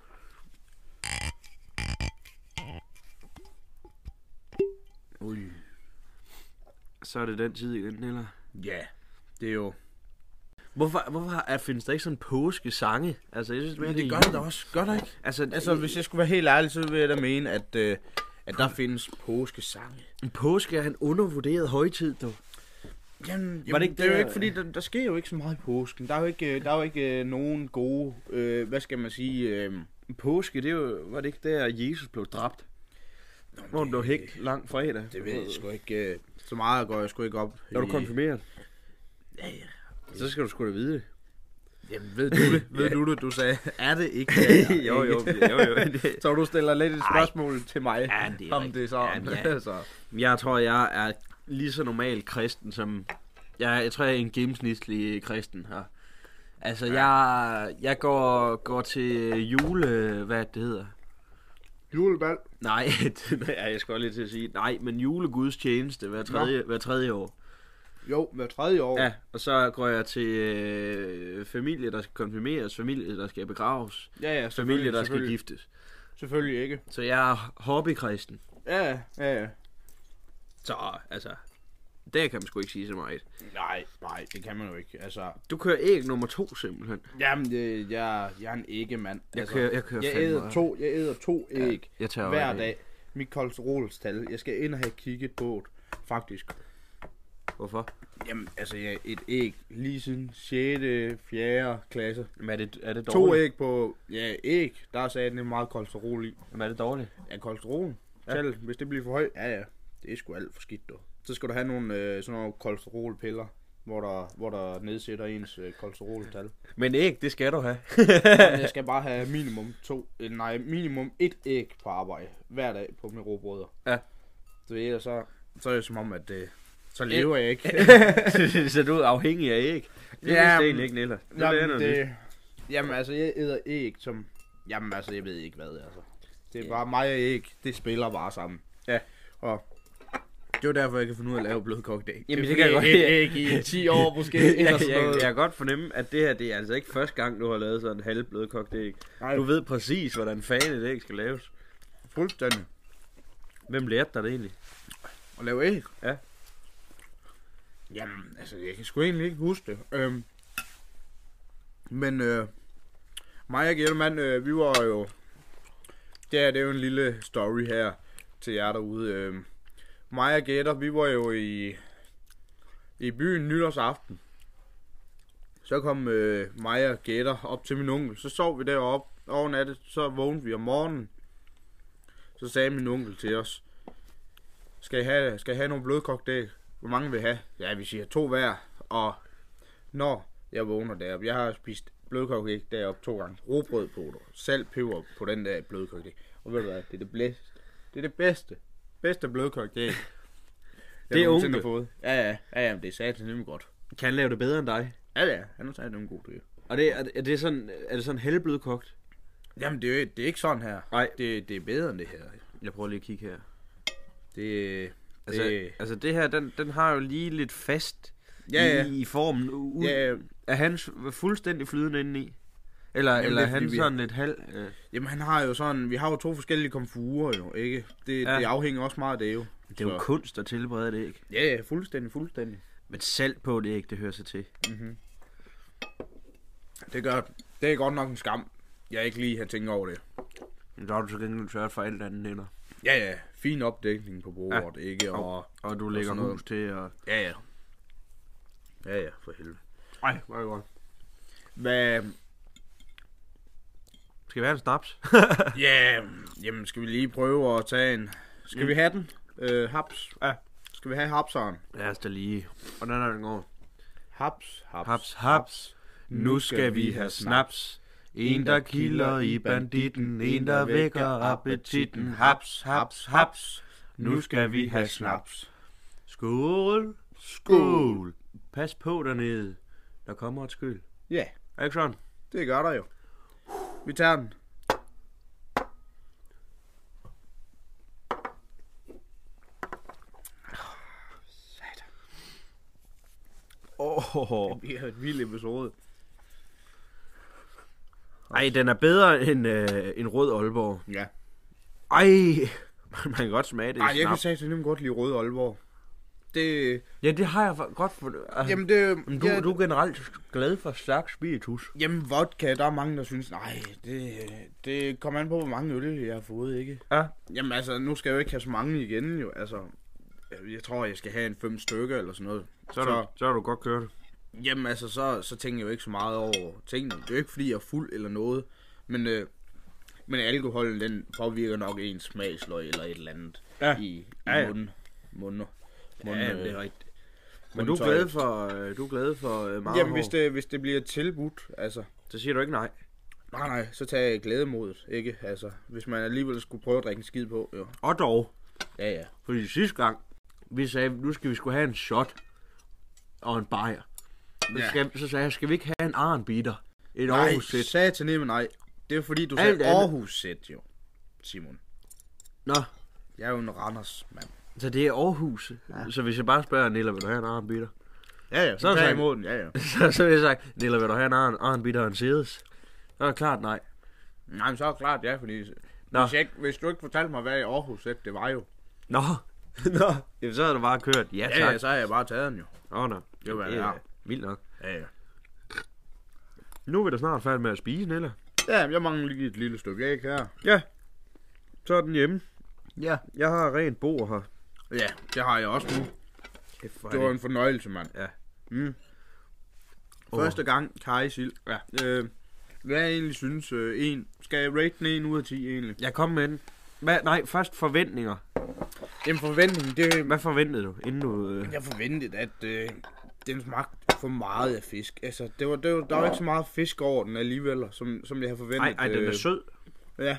Ui. Så er det den tid igen, eller? Ja, det er jo... Hvorfor findes der ikke sådan påskesange? Altså, jeg synes mere, det gør det da også. Gør der ikke? Altså, hvis jeg skulle være helt ærlig, så vil jeg da mene, at der findes påskesange. En påske er en undervurderet højtid, du. Jamen det er jo ikke, fordi der sker jo ikke så meget i påsken. Der er jo ikke nogen gode, hvad skal man sige... Påske, det var det ikke der, Jesus blev dræbt? Hvor den blev hængt lang fredag? Det ved jeg sgu ikke. Så meget går jeg sgu ikke op. Er du konfirmeret? Ja. Så skal du sgu da vide det. Jamen, ved du det? Ved du det? Du sagde, er det ikke det? jo. Så du stiller lidt et spørgsmål til mig. Ja, det er om det så. Ja. Så. Jeg tror, jeg er lige så normal kristen som... Jeg tror, jeg er en gennemsnitlig kristen her. Altså, jeg går til hvad det hedder? Julebal? Nej, jeg skal lige til at sige. Nej, men julegudstjeneste hver tredje år. Jo, hver tredje år. Ja, og så går jeg til familie, der skal konfirmeres, familie, der skal begraves. Ja, familie, der skal giftes. Selvfølgelig ikke. Så jeg er hobbykristen. Ja. Så, altså, det kan man sgu ikke sige så meget. Nej, det kan man jo ikke. Altså, du kører æg nummer 2 simpelthen. Jamen, jeg er en æggemand. Jeg æder to æg hver dag. Æg. Mit kolesterolstal. Jeg skal ind og have kigget på det, faktisk. Hvorfor? Jamen, altså, et æg lige siden 6. 4. klasse. Men er det dårligt? 2 æg på, æg, der er sat meget kolesterol i. Men er det dårligt? Ja, kolesterol. Ja. Selv, hvis det bliver for højt, ja, det er sgu alt for skidt, dog. Så skal du have nogle sådan nogle kolesterolpiller, hvor der nedsætter ens kolesteroltal. Men æg, det skal du have. Jamen, jeg skal bare have minimum 1 æg på arbejde hver dag på mine råbrødre. Ja. Så er det som om, at så lever jeg ikke. Så du er afhængig af æg? Det er egentlig ikke, Niller. Jamen, altså, jeg æder æg som... Jamen, altså, jeg ved ikke hvad, altså. Det er bare mig og æg, det spiller bare sammen. Ja. Og det er derfor, jeg kan finde ud af at lave blødkogt æg. Jamen, det kan jeg godt. Æg i 10 år måske. Jeg kan godt fornemme, at det her, det er altså ikke første gang, du har lavet sådan en halv blødkogt æg. Nej. Du ved præcis, hvordan fanden et æg skal laves. Fuldstændig. Hvem lærte dig det egentlig? At lave æg? Ja. Jamen, altså, jeg kan sgu egentlig ikke huske det. Men mig og Gjellemann, vi var jo... Det er jo en lille story her til jer derude. Mig og Gætter, vi var jo i byen nytårsaften. Så kom mig og Gætter op til min onkel. Så sov vi deroppe over natten. Så vågnede vi om morgenen. Så sagde min onkel til os, skal I have nogle blødkogt æg? Hvor mange vil have? Ja, vi siger 2 hver. Og når jeg vågner deroppe, jeg har spist blødkogt æg deroppe 2 gange. Rugbrød på det. Salt, peber på den der blødkogt æg. Og ved du hvad, det er det bedste blødkogt æg. Det er onkel. Ja, det er satans nemlig godt. Kan han lave det bedre end dig? Ja, han har sagt en god det. Og er det sådan halvblødkogt? Jamen, det er ikke sådan her. Nej. Det er bedre end det her. Jeg prøver lige at kigge her. Altså det her, den har jo lige lidt fast i formen. Er han fuldstændig flydende indeni? Eller er han sådan lidt halv? Jamen han har jo sådan, vi har jo 2 forskellige komfurer jo, ikke? Det afhænger også meget af det jo. Det er jo kunst at tilberede det æg. Ja, fuldstændig. Men salt på det æg, det hører sig til. Mm-hmm. Det er godt nok en skam, jeg ikke lige har tænkt over det. Men der har du så gengæld sørget for alt andet ender. Ja, fin opdækning på bordet, ikke? Og du lægger hus til, og... Ja, for helvede. Ej, hvor er det godt. Hvad... Skal vi have en snaps? Ja, jamen skal vi lige prøve at tage en... Skal vi have den? Haps? Ja. Skal vi have hapseren? Lad os da lige. Hvordan er den går? Haps. Nu skal vi have snaps. En, der kilder i banditten. En, der vækker appetitten. Haps. Nu skal vi have snaps. Skål. Pas på dernede. Der kommer et skyld. Ja. Er ikke sådan? Det gør der jo. Vi tager den. Det bliver et vildt episode. Ej, den er bedre end rød Aalborg. Ja. Ej, man kan godt smage det. Ej, jeg kan sige, at jeg godt lide rød Aalborg. Ja, det har jeg godt for... Altså, jamen, du er generelt glad for stærk spiritus. Jamen, vodka, der er mange, der synes, nej, det kommer an på, hvor mange øl jeg har fået, ikke? Ja. Jamen, altså, nu skal jeg jo ikke have så mange igen, jo. Altså, jeg tror, jeg skal have en 5 stykker eller sådan noget. Så har du godt kørt det. Jamen, altså, så tænker jeg jo ikke så meget over tingene. Det er jo ikke, fordi jeg er fuld eller noget. Men alkoholen, den påvirker nok ens smagsløg eller et eller andet i munden. Ja, det er rigtigt. Men du er glad for meget. Jamen, hvis det bliver tilbudt, altså... Så siger du ikke nej? Nej, så tager jeg glædemodet, ikke? Altså, hvis man alligevel skulle prøve at drikke en skid på, jo. Og dog. Ja. Fordi sidste gang, vi sagde, nu skal vi skulle have en shot og en bajer. Så sagde jeg, skal vi ikke have en Arnbitter? Et Aarhus-sæt? Nej, sagde til nemme nej. Det er fordi, du sagde Aarhus-sæt, jo, Simon. Nå. Jeg er jo en Randers mand. Så det er Aarhus. Ja. Så hvis jeg bare spørger Nilla, vil du have en Arnbitter? Ja, så tager jeg imod den, ja. så vil jeg sige, Nilla, vil du have en Arnbitter og en Ceres? Så er det klart nej. Nej, men så er det klart ja, fordi... Hvis du ikke fortalte mig, hvad Aarhus-sæt det var jo. Nå. Jamen, så havde du bare kørt. Ja, tak. Ja, så har jeg bare taget den jo. Nå. Det er vildt nok. Ja. Nu er vi da snart færdig med at spise, Nilla. Ja, jeg mangler lige et lille stykke æg her. Ja. Så er den hjemme. Ja. Jeg har rent bord her. Ja, det har jeg også nu. Det var en fornøjelse, mand. Ja. Første gang karrysild. Ja. Hvad jeg egentlig synes, skal jeg rate den 1 ud af 10 egentlig? Jeg kom med den. Først forventninger. Jamen forventning, det... Hvad forventede du, inden du... Jeg forventede, at den smagte for meget af fisk. Altså, der var ikke så meget fisk over den alligevel, som jeg havde forventet. Nej, den er sød. Ja.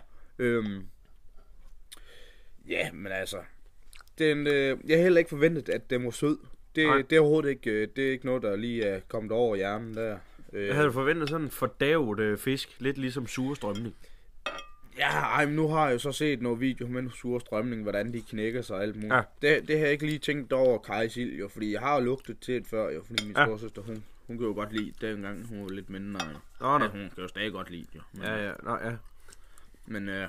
Ja, men altså... jeg har heller ikke forventet, at den var sød. Det er overhovedet ikke... Det er ikke noget, der lige er kommet over hjernen der. Jeg havde forventet sådan en fordavet fisk. Lidt ligesom surstrømning. Ja, men nu har jeg jo så set noget video med surstrømning, hvordan de knækker sig og alt muligt. Ja. Det har jeg ikke lige tænkt over karrysild, jo, fordi jeg har jo lugtet til det før, jo, fordi min storesøster, hun kan jo godt lide det, dengang hun var lidt mindre. Ja, hun kan jo stadig godt lide, jo. Men, ja. Men jeg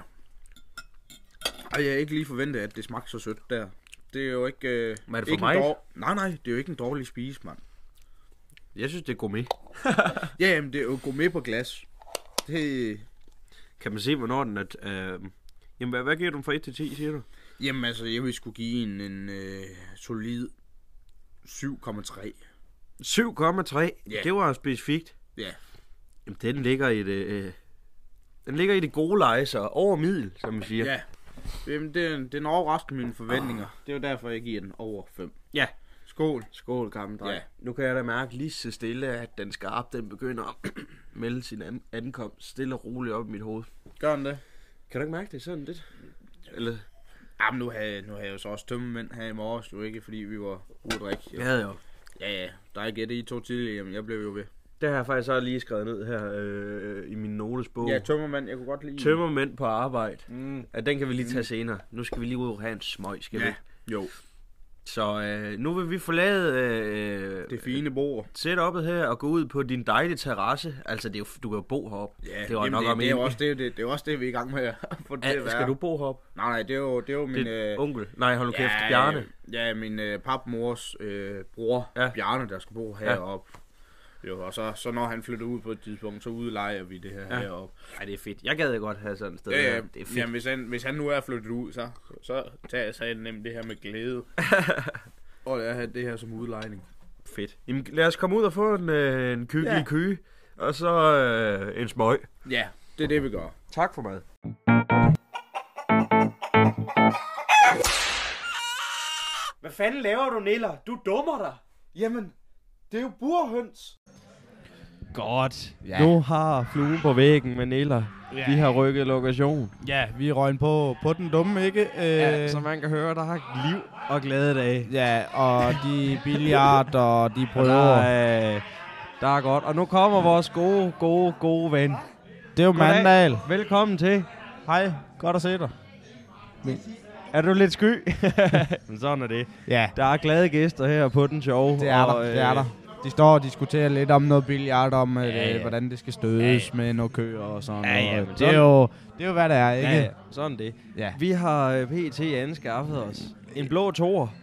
har ikke lige forventet, at det smagte så sødt der. Det er jo ikke... Men er det for mig? Nej, det er jo ikke en dårlig spise, mand. Jeg synes, det er gourmet. Jamen, det er jo gourmet på glas. Det... Kan man se, hvornår den er... Jamen, hvad giver du fra 1 til 10, siger du? Jamen, altså, jeg vil skulle give en solid 7,3. 7,3? Yeah. Det var specifikt. Ja. Yeah. Jamen, den ligger i det... Den ligger i det gode leje, så over middel, som man siger. Ja. Jamen, den overrasker mine forventninger. Det er jo derfor, jeg giver den over 5. Ja. Skål. Skål, gammel dreng. Ja. Nu kan jeg da mærke lige så stille, at den skarp, den begynder at melde sin ankomst stille og roligt op i mit hoved. Gør den det? Kan du ikke mærke det sådan lidt? Eller? Jamen, nu havde jeg jo så også tømmemænd her i morges, jo ikke, fordi vi var ude at drikke. Jeg havde jo. Ja, der er ikke det, I to tidligere, jamen jeg blev jo ved. Det har jeg faktisk så lige skrevet ned her i min notesbog. Ja, tømmermænd, jeg kunne godt lide. Tømmermænd på arbejde. Ja, den kan vi lige tage senere. Nu skal vi lige ud og have en smøg, skal vi? Jo. Så nu vil vi forlade det fine bord. Setup'et her og gå ud på din dejlige terrasse. Altså, det er jo, du kan jo bo heroppe. Ja, det var nok det er også det, vi er i gang med at få det at være. Skal du bo heroppe? Nej, det er jo min... onkel? Nej, hold nu kæft, Bjarne. Ja, min papmors bror, Bjarne, der skal bo heroppe. Jo, og så når han flytter ud på et tidspunkt, så udlejer vi det her heroppe. Ja, det er fedt. Jeg gad godt have sådan et sted. Ja, det er fedt. Jamen, hvis han nu er flyttet ud, så tager jeg så nemt det her med glæde. Og jeg har det her som udlejning. Fedt. Jamen, lad os komme ud og få en kyggelig kyge, og så en smøg. Ja, det er det, vi gør. Tak for mad. Hvad fanden laver du, Niller? Du dummer dig. Jamen, det er jo burhøns. Godt. Ja. Nu har fluen på væggen med Niller. Ja. Vi har rykket lokation. Ja, vi røgn på den dumme, ikke? Som man kan høre, der har liv og glade dage. Ja, og de billard og de prøver. Der er godt. Og nu kommer vores gode ven. Det er jo Mandal. Velkommen til. Hej, godt at se dig. Er du lidt sky? Men sådan er det. Ja. Der er glade gæster her på den show. Det er der. De står og diskuterer lidt om noget billard, om hvordan det skal stødes med nogle køer og sådan noget. Det er jo hvad det er, ikke? Ja, sådan det. Ja. Vi har pt. anskaffet os en blå toer.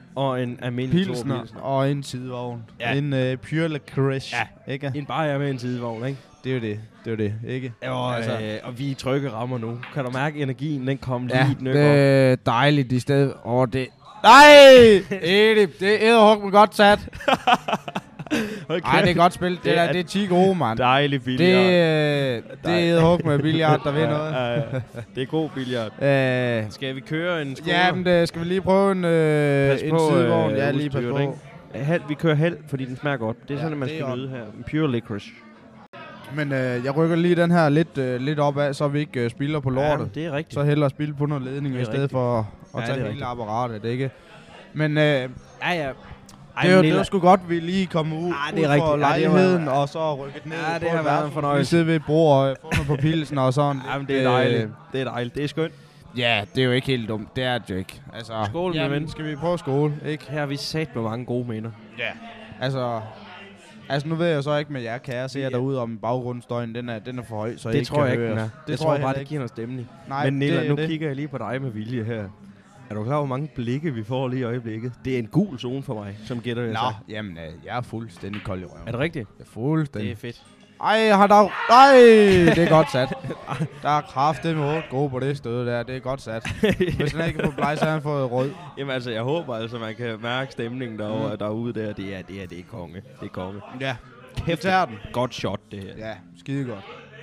Og en almindelig pilsner. Og en sidevogn. Ja. En Pure Licorice. Ja, ikke? En bajer med en sidevogn, ikke? Det er jo det, ikke? Og vi er trygge rammer nu. Kan du mærke energien, den kom lige det er dejligt i stedet. Det... Nej! Edip, det er edderhug godt sat. Nej, det er godt spil. Det er 10 gode, mand. Dejlig billiard. Det er edderhug med billiard, der ved noget. Det er god billiard. Skal vi køre en skole? Ja, men det skal vi lige prøve en sidevogn. Ja, lige pas på. Vi kører halv, fordi den smager godt. Det er sådan, at man skal nyde her. En Pure Licorice. Men jeg rykker lige den her lidt op af, så vi ikke spilder på lortet. Ja, det er rigtigt. Så hellere spille på noget ledning i stedet for at tage hele apparatet, ikke? Men det var sgu godt, vi lige kom ud for lejligheden, og så rykket ned. Ja, det har været en fornøjelse. Vi sidder ved et bord og får noget på pilsen og sådan. Jamen, det er dejligt. Det er dejligt. Det er skønt. Ja, det er jo ikke helt dumt. Det er det jo ikke. Altså, skål, med ven. Skal vi prøve skål, ikke? Her har vi sat med mange gode minder. Ja. Altså, nu ved jeg så ikke med jer kære ser derude om baggrundsstøjen, den er for høj, så det tror jeg ikke, den er. Det tror jeg bare, det giver noget stemning. Nej, men Nilla, nu kigger jeg lige på dig med vilje her. Er du klar over, hvor mange blikke vi får lige i øjeblikket? Det er en gul zone for mig, som gætter det. Nå, jamen, jeg er fuldstændig kold i røven. Er det rigtigt? Jeg er fuldstændig. Det er fedt. Det er godt sat. Der er kraftedeme 8 gode på det stød der. Det er godt sat. Hvis han ikke får blej, så har han fået rød. Jamen altså, jeg håber man kan mærke stemningen derude der. Det er konge. Det er konge. Ja. Kæft, tager den. Godt shot, det her. Ja, skide godt.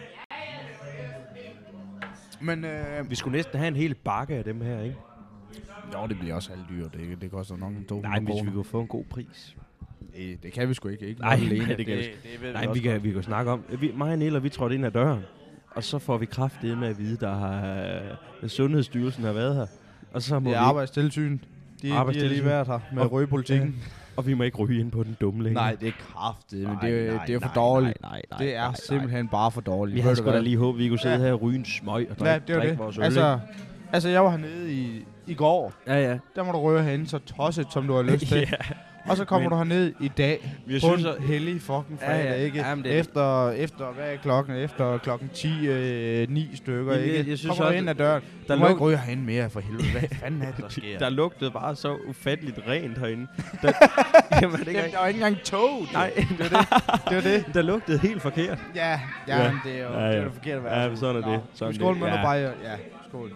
Men vi skulle næsten have en hel bakke af dem her, ikke? Jo, det bliver også halvdyrt. Det koster nok en 200 kroner. Nej, hvis vi kunne få en god pris. Det kan vi sgu ikke. Nej, det kan vi. Nej, vi kan snakke om. Mig og Nilla, vi trådte ind ad døren, og så får vi kraftedeme med at vide, der har Sundhedsstyrelsen har været her. Og så må det er Arbejdstilsynet. De har lige været her med røgepolitikken. Og vi må ikke ryge ind på den dumme længere. Nej, det er kraftedeme. Det er for dårligt. Nej, det er simpelthen bare for dårligt. Vi havde sgu da lige håbet, vi kunne sidde her og ryge en smøg og drikke vores øl. Altså, jeg var hernede i går. Ja. Der må du røre herinde så tosset, som du har lyst til. Og så kommer du herned i dag på en hellig fucking fredag, ikke? Jamen, efter hvad er klokken? Efter klokken 9 stykker, ikke? Jeg synes kommer ind ad døren. Du må ikke ryge herinde mere, for helvede. Hvad fanden er det, der sker? Der lugtede bare så ufatteligt rent herinde. Jamen, der var ikke engang tog. Nej, det var det. Der lugtede helt forkert. Ja. Men det er jo det forkert at være. Ja, sådan er det. Skål med dig bare. Ja, skål.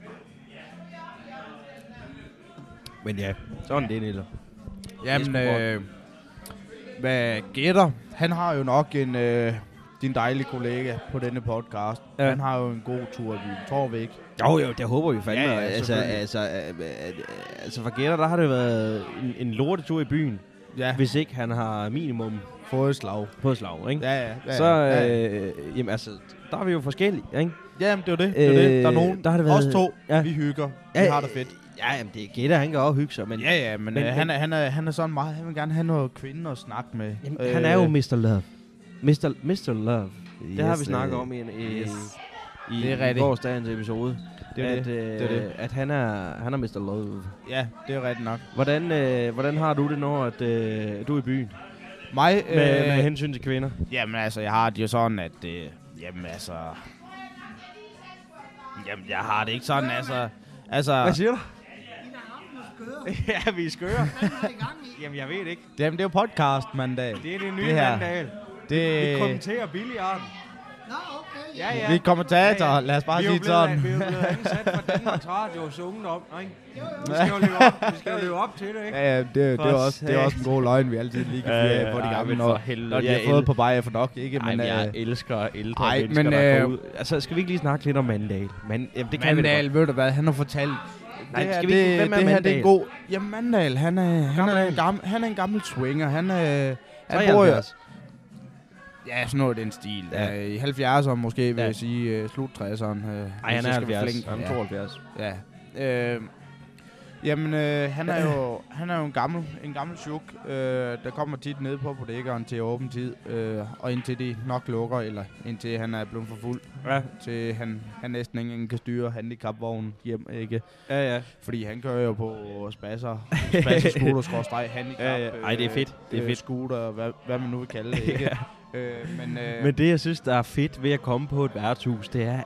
Men ja, sådan det, Nilla. Jamen, hvad gætter? Han har jo nok din dejlige kollega på denne podcast. Ja. Han har jo en god tur i byen. Tror vi ikke? Jo, det håber vi fandme. Ja, altså for gætter, der har det været en lortetur i byen. Ja. Hvis ikke han har minimum fået slag, ikke? Ja. Så, jamen altså, der er vi jo forskellige, ikke? Jamen, det er jo det. Der er nogen, der har det været, os to, vi hygger, vi har det fedt. Ja, jamen, det er gætter, han kan også hygge sig. Men, men han er sådan meget, han vil gerne have noget kvinde at snakke med. Jamen, han er jo Mr. Love. Mr. Love. Yes, det har vi snakket om i gårsdagens episode. At han er Mr. Love. Ja, det er rigtigt nok. Hvordan har du det, når du er i byen? Mig? Med hensyn til kvinder? Jamen altså, jeg har det jo sådan, at... Jamen, jeg har det ikke sådan, altså... Hvad siger du? Ja, vi er skøre. Jamen, jeg ved ikke. Jamen, det er jo podcast, Mandal. Det er det nye Mandal. Vi kommenterer billiarden. Nå, okay. Ja. Vi er kommentatorer, lad os bare sige sådan. Vi er jo blevet ansat fra Danmarks Radios ungdom, ikke? Vi skal jo leve op til det, ikke? Ja, det er også en god løgn, vi altid lige kan fyre af på de gamle, når de har fået på vej for nok, ikke? Men jeg elsker ældre mennesker, der går ud. Altså, skal vi ikke lige snakke lidt om Mandal? Mandal, ved du hvad, han har fortalt... Nej, skal vi ikke... Hvem er Mandal? Det er god... Jamen, Mandal, han er en gammel swinger. Han bor jo... Ja, sådan noget den stil. Ja. I 70'erne måske, vil jeg sige, slut 60'erne. Nej, han er 70. Han er 72. Ja. Jamen, han er jo en gammel chuk, der kommer tit ned på bodegeren til åben tid, og indtil de nok lukker, eller indtil han er blevet for fuld, til han næsten ikke kan styre handicapvognen hjem, ikke? Ja. Fordi han kører jo på spasser-scooter, handicap. Ej, det er fedt. Det er fedt. Scooter, hvad man nu vil kalde det, ikke? Men det, jeg synes, der er fedt ved at komme på et værtshus, det er, at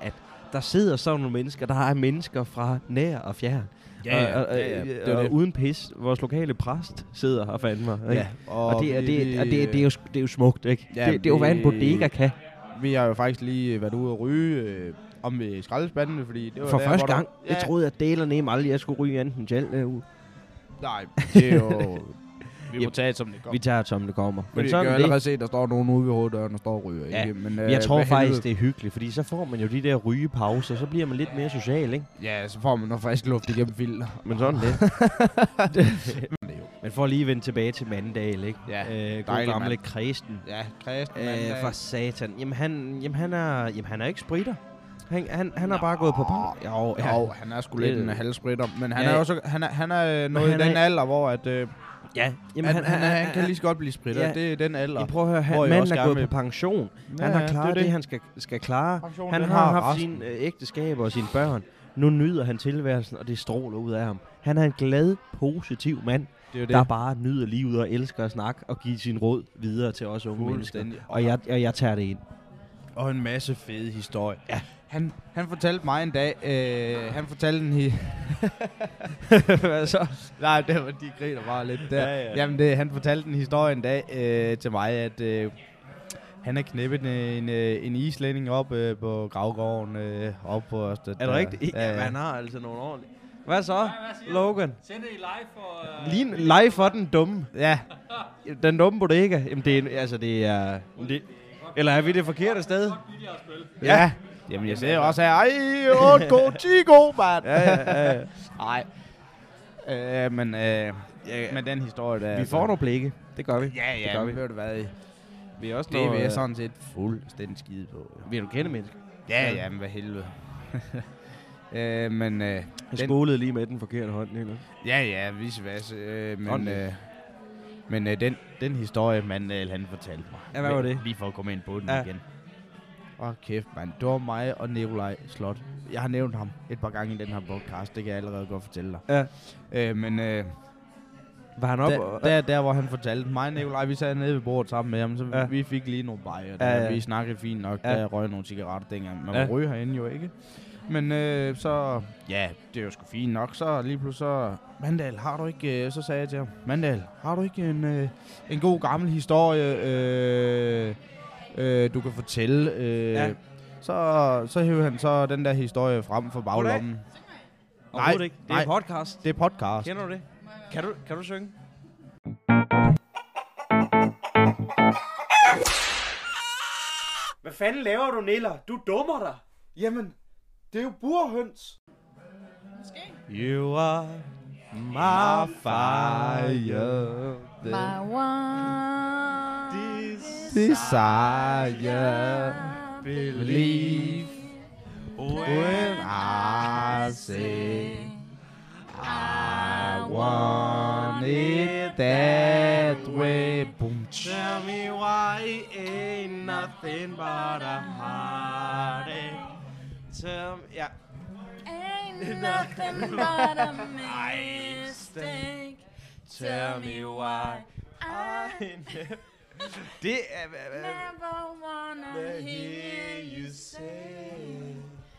der sidder sådan nogle mennesker, der er mennesker fra nær og fjern. Og uden pis. Vores lokale præst sidder her fandme. Ja, og det er jo smukt, ikke? Ja, det er jo, hvad en bodega kan. Vi har jo faktisk lige været ude at ryge om ved skraldespandene, fordi det var for der, første gang. Jeg troede, at delerne aldrig jeg skulle ryge enten selv derude. Nej, det er jo... Vi må tage det, som det kommer. Vi tager det, som det kommer. Men sådan kan jo allerede se, at der står nogen ude ved hoveddøren og står og ryger. Ja. Ikke? Men, jeg tror faktisk, det er hyggeligt, fordi så får man jo de der rygepauser, så bliver man lidt mere social, ikke? Ja, så får man noget frisk luft igennem filter. Men sådan det. Men for at lige vende tilbage til Mandal, ikke? Ja, god gamle Kristen. Ja, Kristen Mandal. For satan. Jamen han er ikke spritter. Han har bare gået på par. Jo, han er sgu lidt en halvspritter, men han er også han er noget i den alder, hvor at han kan lige så godt blive spritter. Ja. Det er den alder. Prøv at høre, manden er gået på pension. Han har klaret det han skal klare. Pension, han har haft sine ægteskaber og sine børn. Nu nyder han tilværelsen, og det stråler ud af ham. Han er en glad, positiv mand, der bare nyder livet og elsker at snakke og give sin råd videre til os unge mennesker. Og jeg tager det ind. Og en masse fede historier. Ja. Han fortalte mig en dag, han fortalte en hvad så? Nej, det var, de griner bare lidt der. Ja. Jamen, han fortalte en historie en dag til mig, at han har knippet en islænding op på gravgården op på Ørsted. Er det rigtigt? Ja, han har altså nogle ordentlige. Hvad så, Logan? Send det i live for... Live for den dumme. Ja. Den dumme bodega. Jamen, det er... Eller er vi det forkerte sted? Ja. Jamen, jeg ser jo også her, 8 go, 10 go, mand. Ja. Nej. Men den historie der... Vi får nogle blikke. Det gør vi. Ja, det gør vi. Ved du hvad? Vi er også det vil jeg sådan set fuldstændig skide på. Vi er jo kende mennesker. Ja, men hvad helvede. Jeg spolede lige med den forkerte hånd. Ikke? Ja, vissevasse. Men den historie, Mandal han fortalte mig. Ja, hvad var det? Lige for at komme ind på den igen. Kæft, mand. Det var mig og Nikolaj Slot. Jeg har nævnt ham et par gange i den her podcast. Det kan jeg allerede godt fortælle dig. Ja. Var han op? Der, hvor han fortalte mig og Nikolaj, vi sad nede ved bordet sammen med ham, så vi fik lige nogle bajer. Vi snakkede fint nok. Der røg nogle cigaretter dengang. Man må ryge herinde jo ikke. Men så, ja, det er jo sgu fint nok. Så lige pludselig så, Mandal, har du ikke, så sagde jeg til ham, Mandal, har du ikke en god gammel historie, du kan fortælle? Så hævde han så den der historie frem for baglommen. Nej, ikke. Det er podcast. Det er podcast. Kender du det? Kan du synge? Hvad fanden laver du, Niller? Du dummer dig. Jamen, det er jo burhøns. Måske. You are my fire. My one desire. Believe when I say I want it that way. Boom. Tell me why it ain't nothing but a heartache. Tell me, yeah. Ain't nothing but a mistake. Tell me why I det never wanna hear you say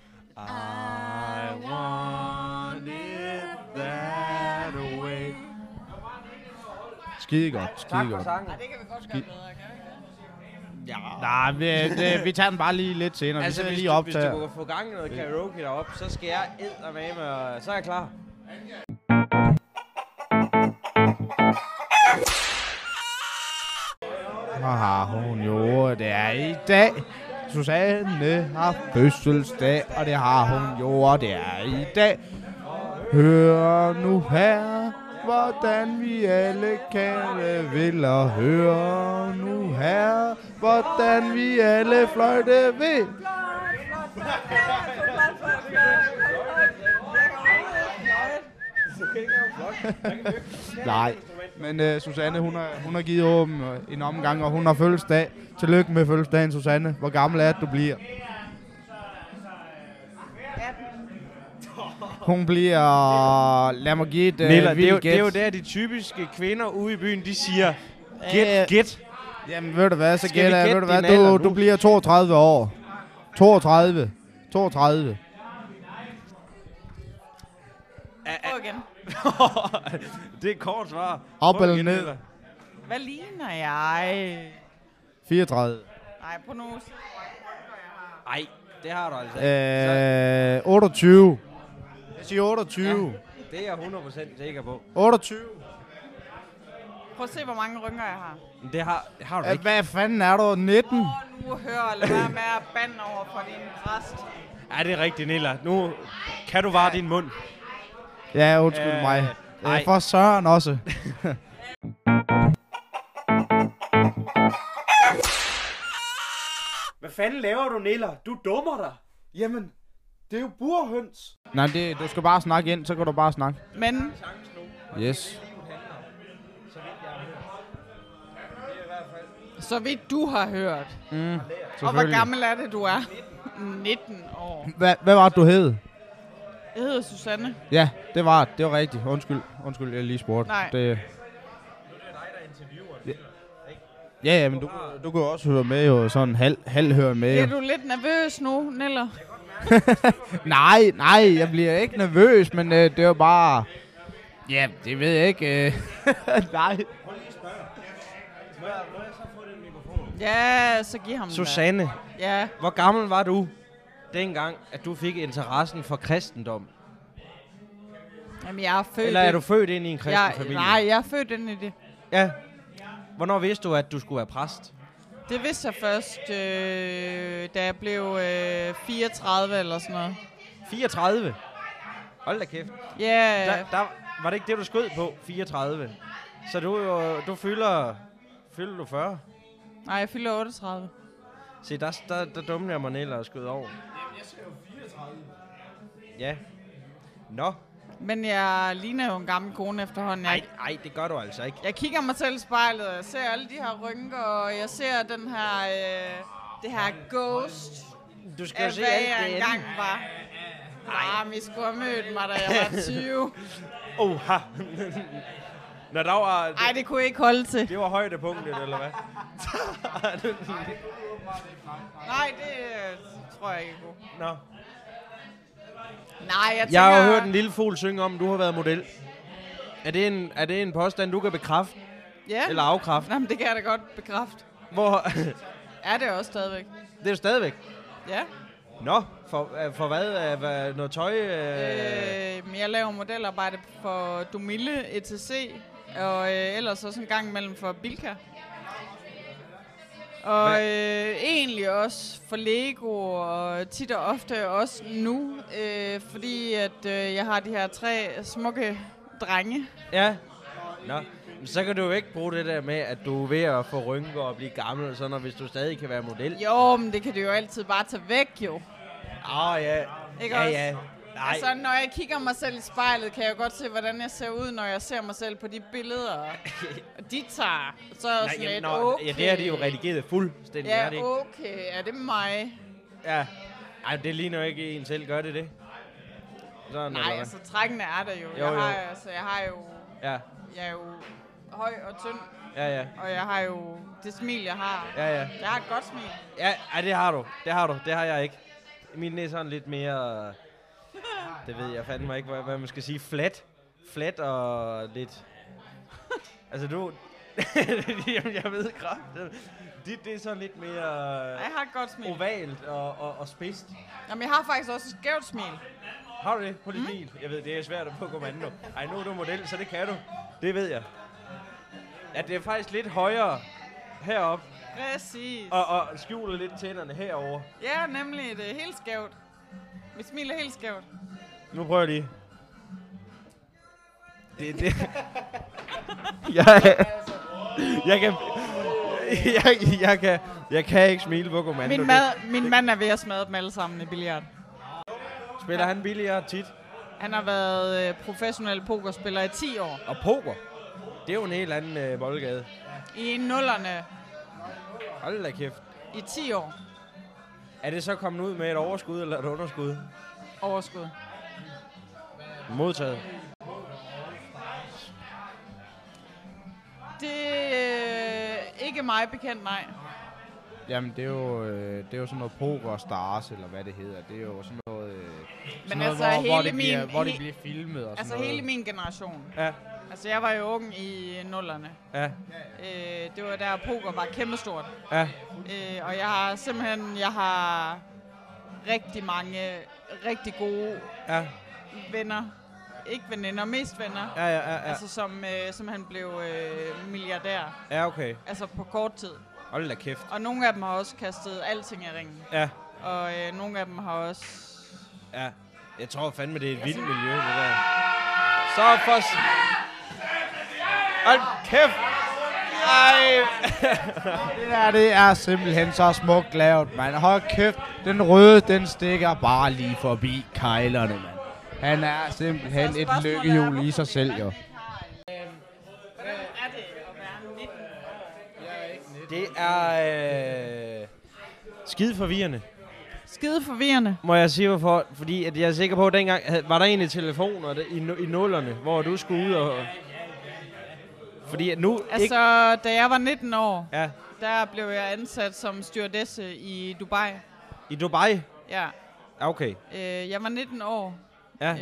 I want it that way. Skide godt. Det kan vi godt gøre bedre, ja. Nej, vi tager den bare lige lidt senere. Altså, hvis du kan få gang i noget karaoke deroppe, så skal jeg eddermame, og så er jeg klar. Har hun jo, det er i dag. Susanne har fødselsdag, og det har hun jo, og det er i dag. Hør nu her, hvordan vi alle kære vil, og hør nu her, hvordan vi alle fløjte vil. Nej, men Susanne, hun har givet åben en omgang, og hun har fødselsdag. Tillykke med fødselsdagen, Susanne. Hvor gammel er det, du bliver? Hun bliver... Lad mig give et vildt det er jo der, de typiske kvinder ude i byen, de siger, gæt. Jamen, ved du hvad, så gætter jeg. Ved du hvad, du bliver 32 år. 32. 32. Prøv igen. Det er kort svar. Op eller ned? Hvad ligner jeg? 34. Nej, på nu. Nej, det har du altså. 28. Jeg siger 28. Ja, det er jeg 100% sikker på. 28. Prøv at se, hvor mange rynker jeg har. Det har du ikke. Hvad fanden er du? 19? Nu hør, lad være med at bande over for din præst. Ja, det er rigtigt, Nilla. Nu kan du vare din mund. Ja, undskyld mig. For Søren også. Hvad fanden laver du, Nilla? Du dummer dig. Jamen, det er jo burhøns. Nej, du skal bare snakke ind, så kan du bare snakke. Men... Yes. Så vidt du har hørt. Og hvor gammel er det, du er? 19 år. Hvad var det, du hed? Jeg hedder Susanne. Ja, det var rigtigt. Undskyld, jeg lige spurgte. Nej. Det er dig, der interviewer. Ja, men du kan også høre med, jo sådan halv høre med. Er du lidt nervøs nu, Neller? nej, jeg bliver ikke nervøs, men det er jo bare... Ja, det ved jeg ikke. Nej. Ja, så giv ham Susanne, ja. Hvor gammel var du dengang, at du fik interessen for kristendom? Jamen, jeg er født... Eller er du født ind i en kristen familie? Nej, jeg er født ind i det. Ja. Hvornår vidste du, at du skulle være præst? Det vidste jeg først, da jeg blev 34 eller sådan noget. 34? Hold da kæft. Ja. Yeah. Der var det ikke det, du skød på? 34. Så du fylder du 40? Nej, jeg fylder 38. Se, der dummer jeg mig ned og skød over. Jamen, jeg ser jo 34. Ja. Nå. Men jeg ligner jo en gammel kone efterhånden. Nej, det gør du altså ikke. Jeg kigger mig selv i spejlet, og jeg ser alle de her rynker, og jeg ser den her, det her ghost. Du skal jo se alt det jeg engang var. Nej, vi skulle have mødt mig, da jeg var 20. Oha. Når der var... Ej, det kunne jeg ikke holde til. Det var højdepunktet, eller hvad? Nej, det tror jeg ikke kunne. Nå. Nej, jeg har jo hørt en lille fugl synge om, du har været model. Er det en påstand, du kan bekræfte? Ja. Eller afkræfte? Jamen, det kan jeg da godt bekræfte. Hvor? Er det også stadigvæk? Det er jo stadigvæk? Ja. Nå, for hvad? Noget tøj? Jeg laver modelarbejde for Domille, ETC, og ellers også en gang imellem for Bilka. Og egentlig også for Lego, og tit og ofte også nu, fordi at jeg har de her 3 smukke drenge. Ja. Nå, så kan du jo ikke bruge det der med, at du er ved at få rynker og blive gammel og sådan, hvis du stadig kan være model. Jo, men det kan du jo altid bare tage væk, jo. Ja. Ikke også? Ja. Nej. Altså, når jeg kigger mig selv i spejlet, kan jeg godt se, hvordan jeg ser ud, når jeg ser mig selv på de billeder, og de tager. Så er sådan lidt, okay. Ja, det har de jo redigeret fuldstændig. Ja, okay. Er det mig? Ja. Ej, det ligner jo ikke en selv. Gør det? Sådan, nej, altså trækkene er der jo. Jeg er jo høj og tynd. Ja. Og jeg har jo det smil, jeg har. Ja. Jeg har et godt smil. Ja, det har du. Det har jeg ikke. Min er sådan lidt mere... Det ved jeg fandme ikke, hvad man skal sige. Flat og lidt... Altså du... Jamen, jeg ved kraftigt. Det er sådan lidt mere... Jeg har et godt smil. Ovalt og spidst. Jamen, jeg har faktisk også et skævt smil. Har du det på dit smil? Jeg ved, det er svært at få kommando. Ej, nu er du model, så det kan du. Det ved jeg. Ja, det er faktisk lidt højere heroppe. Præcis. Og skjuler lidt tænderne herover. Ja, nemlig. Det er helt skævt. Mit smil er helt skævt. Nu prøver jeg lige. Det. Jeg kan ikke smile på kommando. Min mand er ved at smadre dem alle sammen i billard. Spiller han billard tit? Han har været professionel pokerspiller i 10 år. Og poker? Det er jo en helt anden boldgade. I 0'erne. Hold da kæft. I 10 år. Er det så kommet ud med et overskud eller et underskud? Overskud. Modtaget. Det er ikke mig bekendt, nej. Jamen, det er jo sådan noget Poker Stars, eller hvad det hedder. Det er jo sådan noget, men altså, hvor det bliver filmet og altså sådan noget. hele min generation. Ja. Altså, jeg var jo ung i 0'erne. Ja. Det var der poker var kæmpestort. Ja. Og jeg har rigtig mange rigtig gode venner. Ikke veninder, mest venner. Ja. Altså, som han blev milliardær. Ja, okay. Altså, på kort tid. Hold da kæft. Og nogle af dem har også kastet alting i ringen. Ja. Og nogle af dem har også... Ja. Jeg tror fandme, det er et vildt miljø, det der. Så for... Hold kæft! Ej! det er simpelthen så smukt lavet, mand. Hold kæft, den røde, den stikker bare lige forbi kejlerne, mand. Han er simpelthen et lykkehjul i sig selv, jo. Det er skide forvirrende. Skide forvirrende. Må jeg sige hvorfor? Fordi at jeg er sikker på, at dengang var der egentlig telefoner i nullerne, hvor du skulle ud og... Fordi at nu... Altså, da jeg var 19 år, der blev jeg ansat som stewardesse i Dubai. I Dubai? Ja. Okay. Jeg var 19 år. Ja.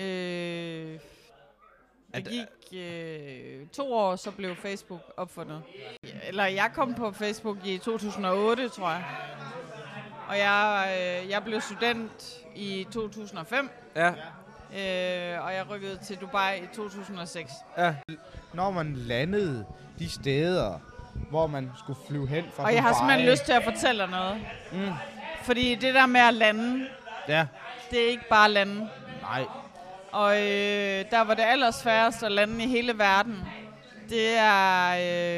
Det gik 2 år, så blev Facebook opfundet. Eller jeg kom på Facebook i 2008, tror jeg. Og jeg blev student i 2005. Ja. Og jeg rykkede til Dubai i 2006. Ja. Når man landede de steder, hvor man skulle flyve hen fra Dubai... Og jeg har simpelthen lyst til at fortælle dig noget. Fordi det der med at lande, det er ikke bare lande. Nej. Og der var det allersværeste at lande i hele verden. Det er...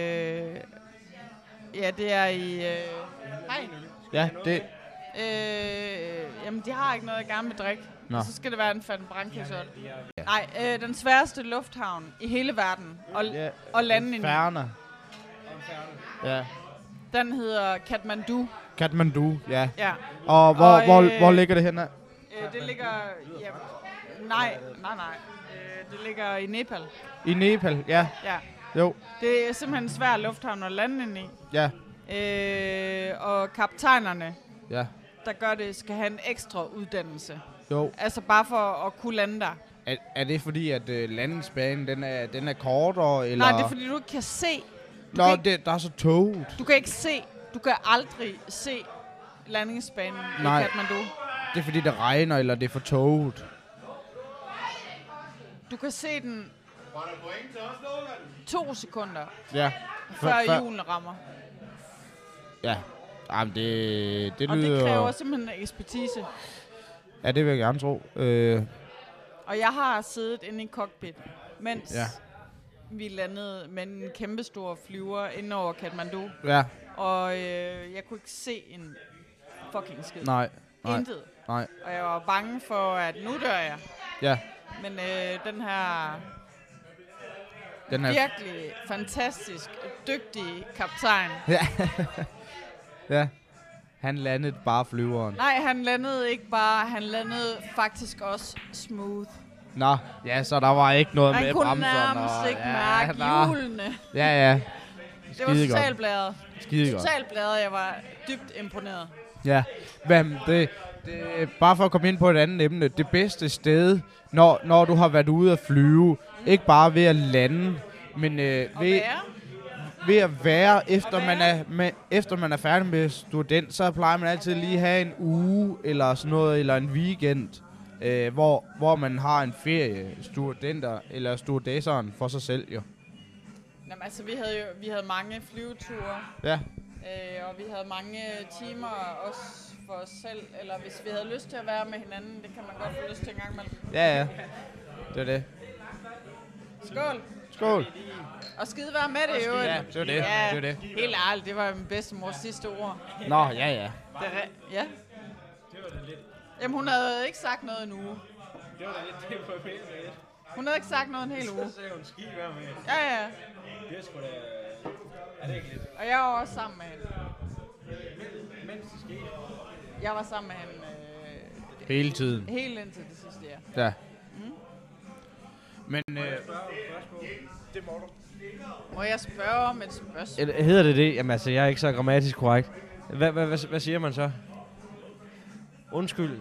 det er i... Hej. Ja, det... Jamen, de har ikke noget, jeg gerne vil drikke. Nå. Og så skal det være en Fanta Branca-shot. Nej, den sværeste lufthavn i hele verden at lande i. Færne. Ja. Den hedder Kathmandu. Kathmandu, ja. Ja. Og hvor ligger det henne? Det ligger... Ja, nej. Det ligger i Nepal. I Nepal, ja. Ja. Jo. Det er simpelthen en svær lufthavn at lande ind i. Ja. Og kaptajnerne, der gør det, skal have en ekstra uddannelse. Jo. Altså bare for at kunne lande der. Er det fordi, at landingsbanen den er kortere, eller? Nej, det er fordi, du ikke kan se. Der er så toget. Du kan ikke se. Du kan aldrig se landingsbanen i Kathmandu. Det er fordi, det regner, eller det er for toget. Du kan se den 2 sekunder, før hjulene rammer. Ja. Jamen, det lyder... Og det kræver simpelthen ekspertise. Ja, det vil jeg gerne tro. Og jeg har siddet inde i cockpit, mens vi landede med en kæmpestor flyver ind over Kathmandu. Ja. Og jeg kunne ikke se en fucking skid. Nej. Intet. Nej. Og jeg var bange for, at nu dør jeg. Ja. Men den her virkelig fantastisk, dygtig kaptajn. Ja. Ja. Han landede bare flyveren. Nej, han landede ikke bare. Han landede faktisk også smooth. Nå, ja, så der var ikke noget med bremserne. Han kunne nærmest ikke mærke hjulene. Ja. Det var totalt blæret. Skide godt. Totalt blæret. Jeg var dybt imponeret. Ja, men det bare for at komme ind på et andet emne. Det bedste sted, når du har været ude at flyve, ikke bare ved at lande, men ved at være, efter man er færdig med student, så plejer man altid lige at have en uge eller sådan noget, eller en weekend, hvor man har en ferie, studenter eller stewardesseren for sig selv, jo. Jamen altså, vi havde mange flyveture. Ja. Og vi havde mange timer også for os selv, eller hvis vi havde lyst til at være med hinanden, det kan man godt få lyst til en gang imellem. Ja. Det er det. Skål. Skål. Og skide være med det, jo. Ja, det var det. Ja, det var det. Helt ærligt, det var min bedstemors sidste ord. Nå, ja. Ja. Det var det lidt. Jamen, hun havde ikke sagt noget en uge. Det var da lidt, det var lidt. Hun havde ikke sagt noget en hel uge. Så sagde hun, skide være med. Ja. Det er sgu da... Er det ikke lidt? Og jeg var også sammen med hende. Mens det skete? Jeg var sammen med hende... hele tiden. Helt indtil det sidste, ja. Ja. Men... det må du. Må jeg spørge om et spørgsmål? Hedder det det? Jamen altså, jeg er ikke så grammatisk korrekt. Hvad siger man så? Undskyld.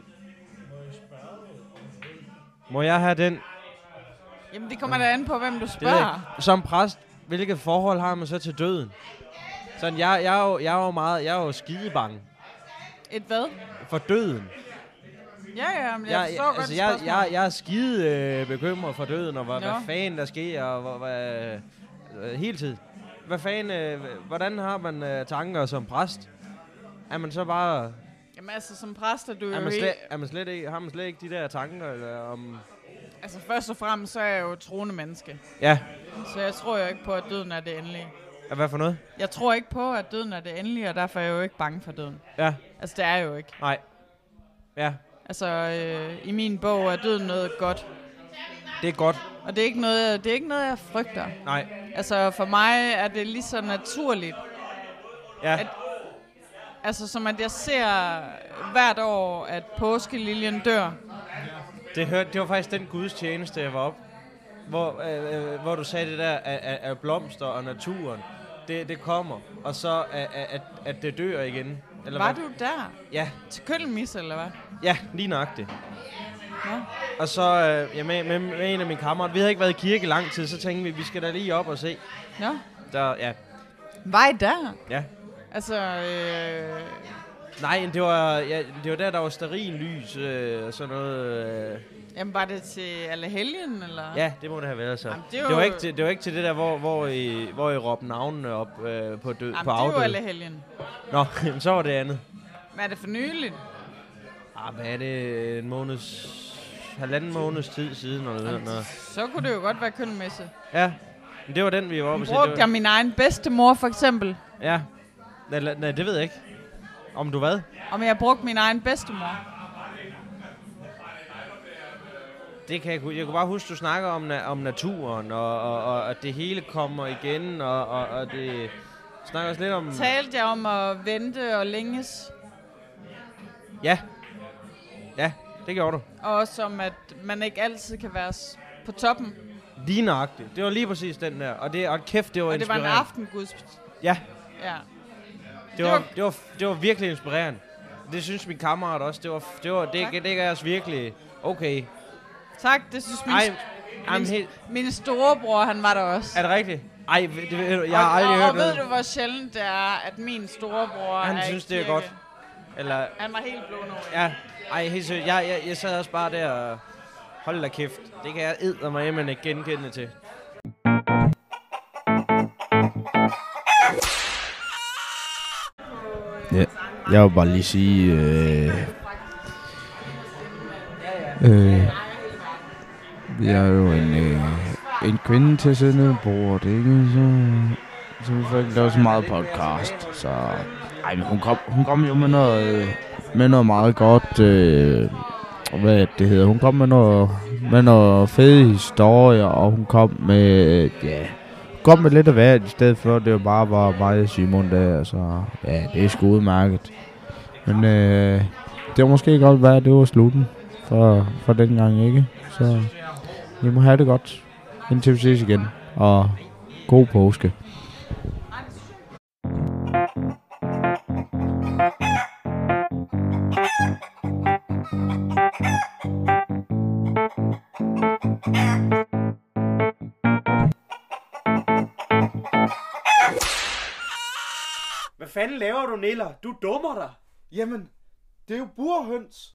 Må jeg have den? Jamen, det kommer da an på, hvem du spørger. Som præst, hvilket forhold har man så til døden? Sådan, jeg er jo skidebange. Et hvad? For døden. Ja, men jeg forstår godt spørgsmål. Jeg er skide bekymret for døden, og hvad fanden der sker, og hele tiden. Hvad fanden, hvordan har man tanker som præst? Er man så bare... Jamen altså, som præst er du jo har man slet ikke de der tanker, eller om... Altså, først og fremmest, så er jeg jo troende menneske. Ja. Så jeg tror jo ikke på, at døden er det endelige. Ja, hvad for noget? Jeg tror ikke på, at døden er det endelige, og derfor er jeg jo ikke bange for døden. Ja. Altså, det er jeg jo ikke. Nej. Ja. Altså, i min bog er døden noget godt. Det er godt. Og det er ikke noget, jeg frygter. Nej. Altså, for mig er det lige så naturligt. Ja. Altså, som at jeg ser hvert år, at påskeliljen dør. Det var faktisk den gudstjeneste, jeg var op, hvor du sagde det der af blomster og naturen. Det kommer, og så at det dør igen. Eller var hvad? Du der? Ja. Til Køllemisse, eller hvad? Ja, lige nøjagtigt. Ja. Og så med en af mine kammerater, vi havde ikke været i kirke lang tid, så tænkte vi skal da lige op og se. Ja. Ja. Var I der? Ja. Altså, nej, det var der var stearinlys og sådan noget. Jamen, var det til Allehelgen, eller? Ja, det må det have været så. Jamen, det var ikke til det der, hvor I råbte navnene op på afdød. Det var Allehelgen. Nå, så var det andet. Hvad er det for nyligt? Hvad er det? Halvanden måneds tid siden, eller noget. Så kunne det jo godt være Køllemisse. Ja, men det var den, vi var oppe og se. Brugte jeg min egen bedstemor, for eksempel? Ja. Nej, det ved jeg ikke. Om du hvad? Om jeg brugte min egen bedstemor. Det kan jeg kunne bare huske, du snakker om naturen, og at det hele kommer igen, og det snakker også lidt om... Talte jeg om at vente og længes? Ja. Ja, det gjorde du. Og også om, at man ikke altid kan være på toppen. Lige nøjagtigt. Det var lige præcis den der. Og kæft, det var inspirerende. Og det var en aftenguds. Ja. Ja. Det var virkelig inspirerende. Det synes min kammerat også. Det gav os virkelig okay. Tak, det synes min storebror, han var der også. Er det rigtigt? Ej, jeg har aldrig hørt noget. Og ved du, hvor sjældent det er, at min storebror han synes, det er godt. Eller... Han var helt blå nu. Ja, ej, helt seriøst. Jeg sad også bare der og... Hold da kæft. Det kan jeg eddermame ikke genkende til. Ja, jeg vil bare lige sige... vi er jo en kvinde til sende bordet, ikke? Så vi får ikke lavet så meget podcast, så... Ej, men hun kom jo med noget meget godt... hvad det hedder? Hun kom med noget fede historier, og hun kom med... kom med lidt af hvert, i stedet for, det jo bare var mig og Simon der, så... Ja, det er sgu udmærket. Men det var måske godt være, at det var slutten for den gang, ikke? Så I må have det godt, indtil vi ses igen, og god påske. Hvad fanden laver du, Niller? Du dummer dig. Jamen, det er jo burhøns.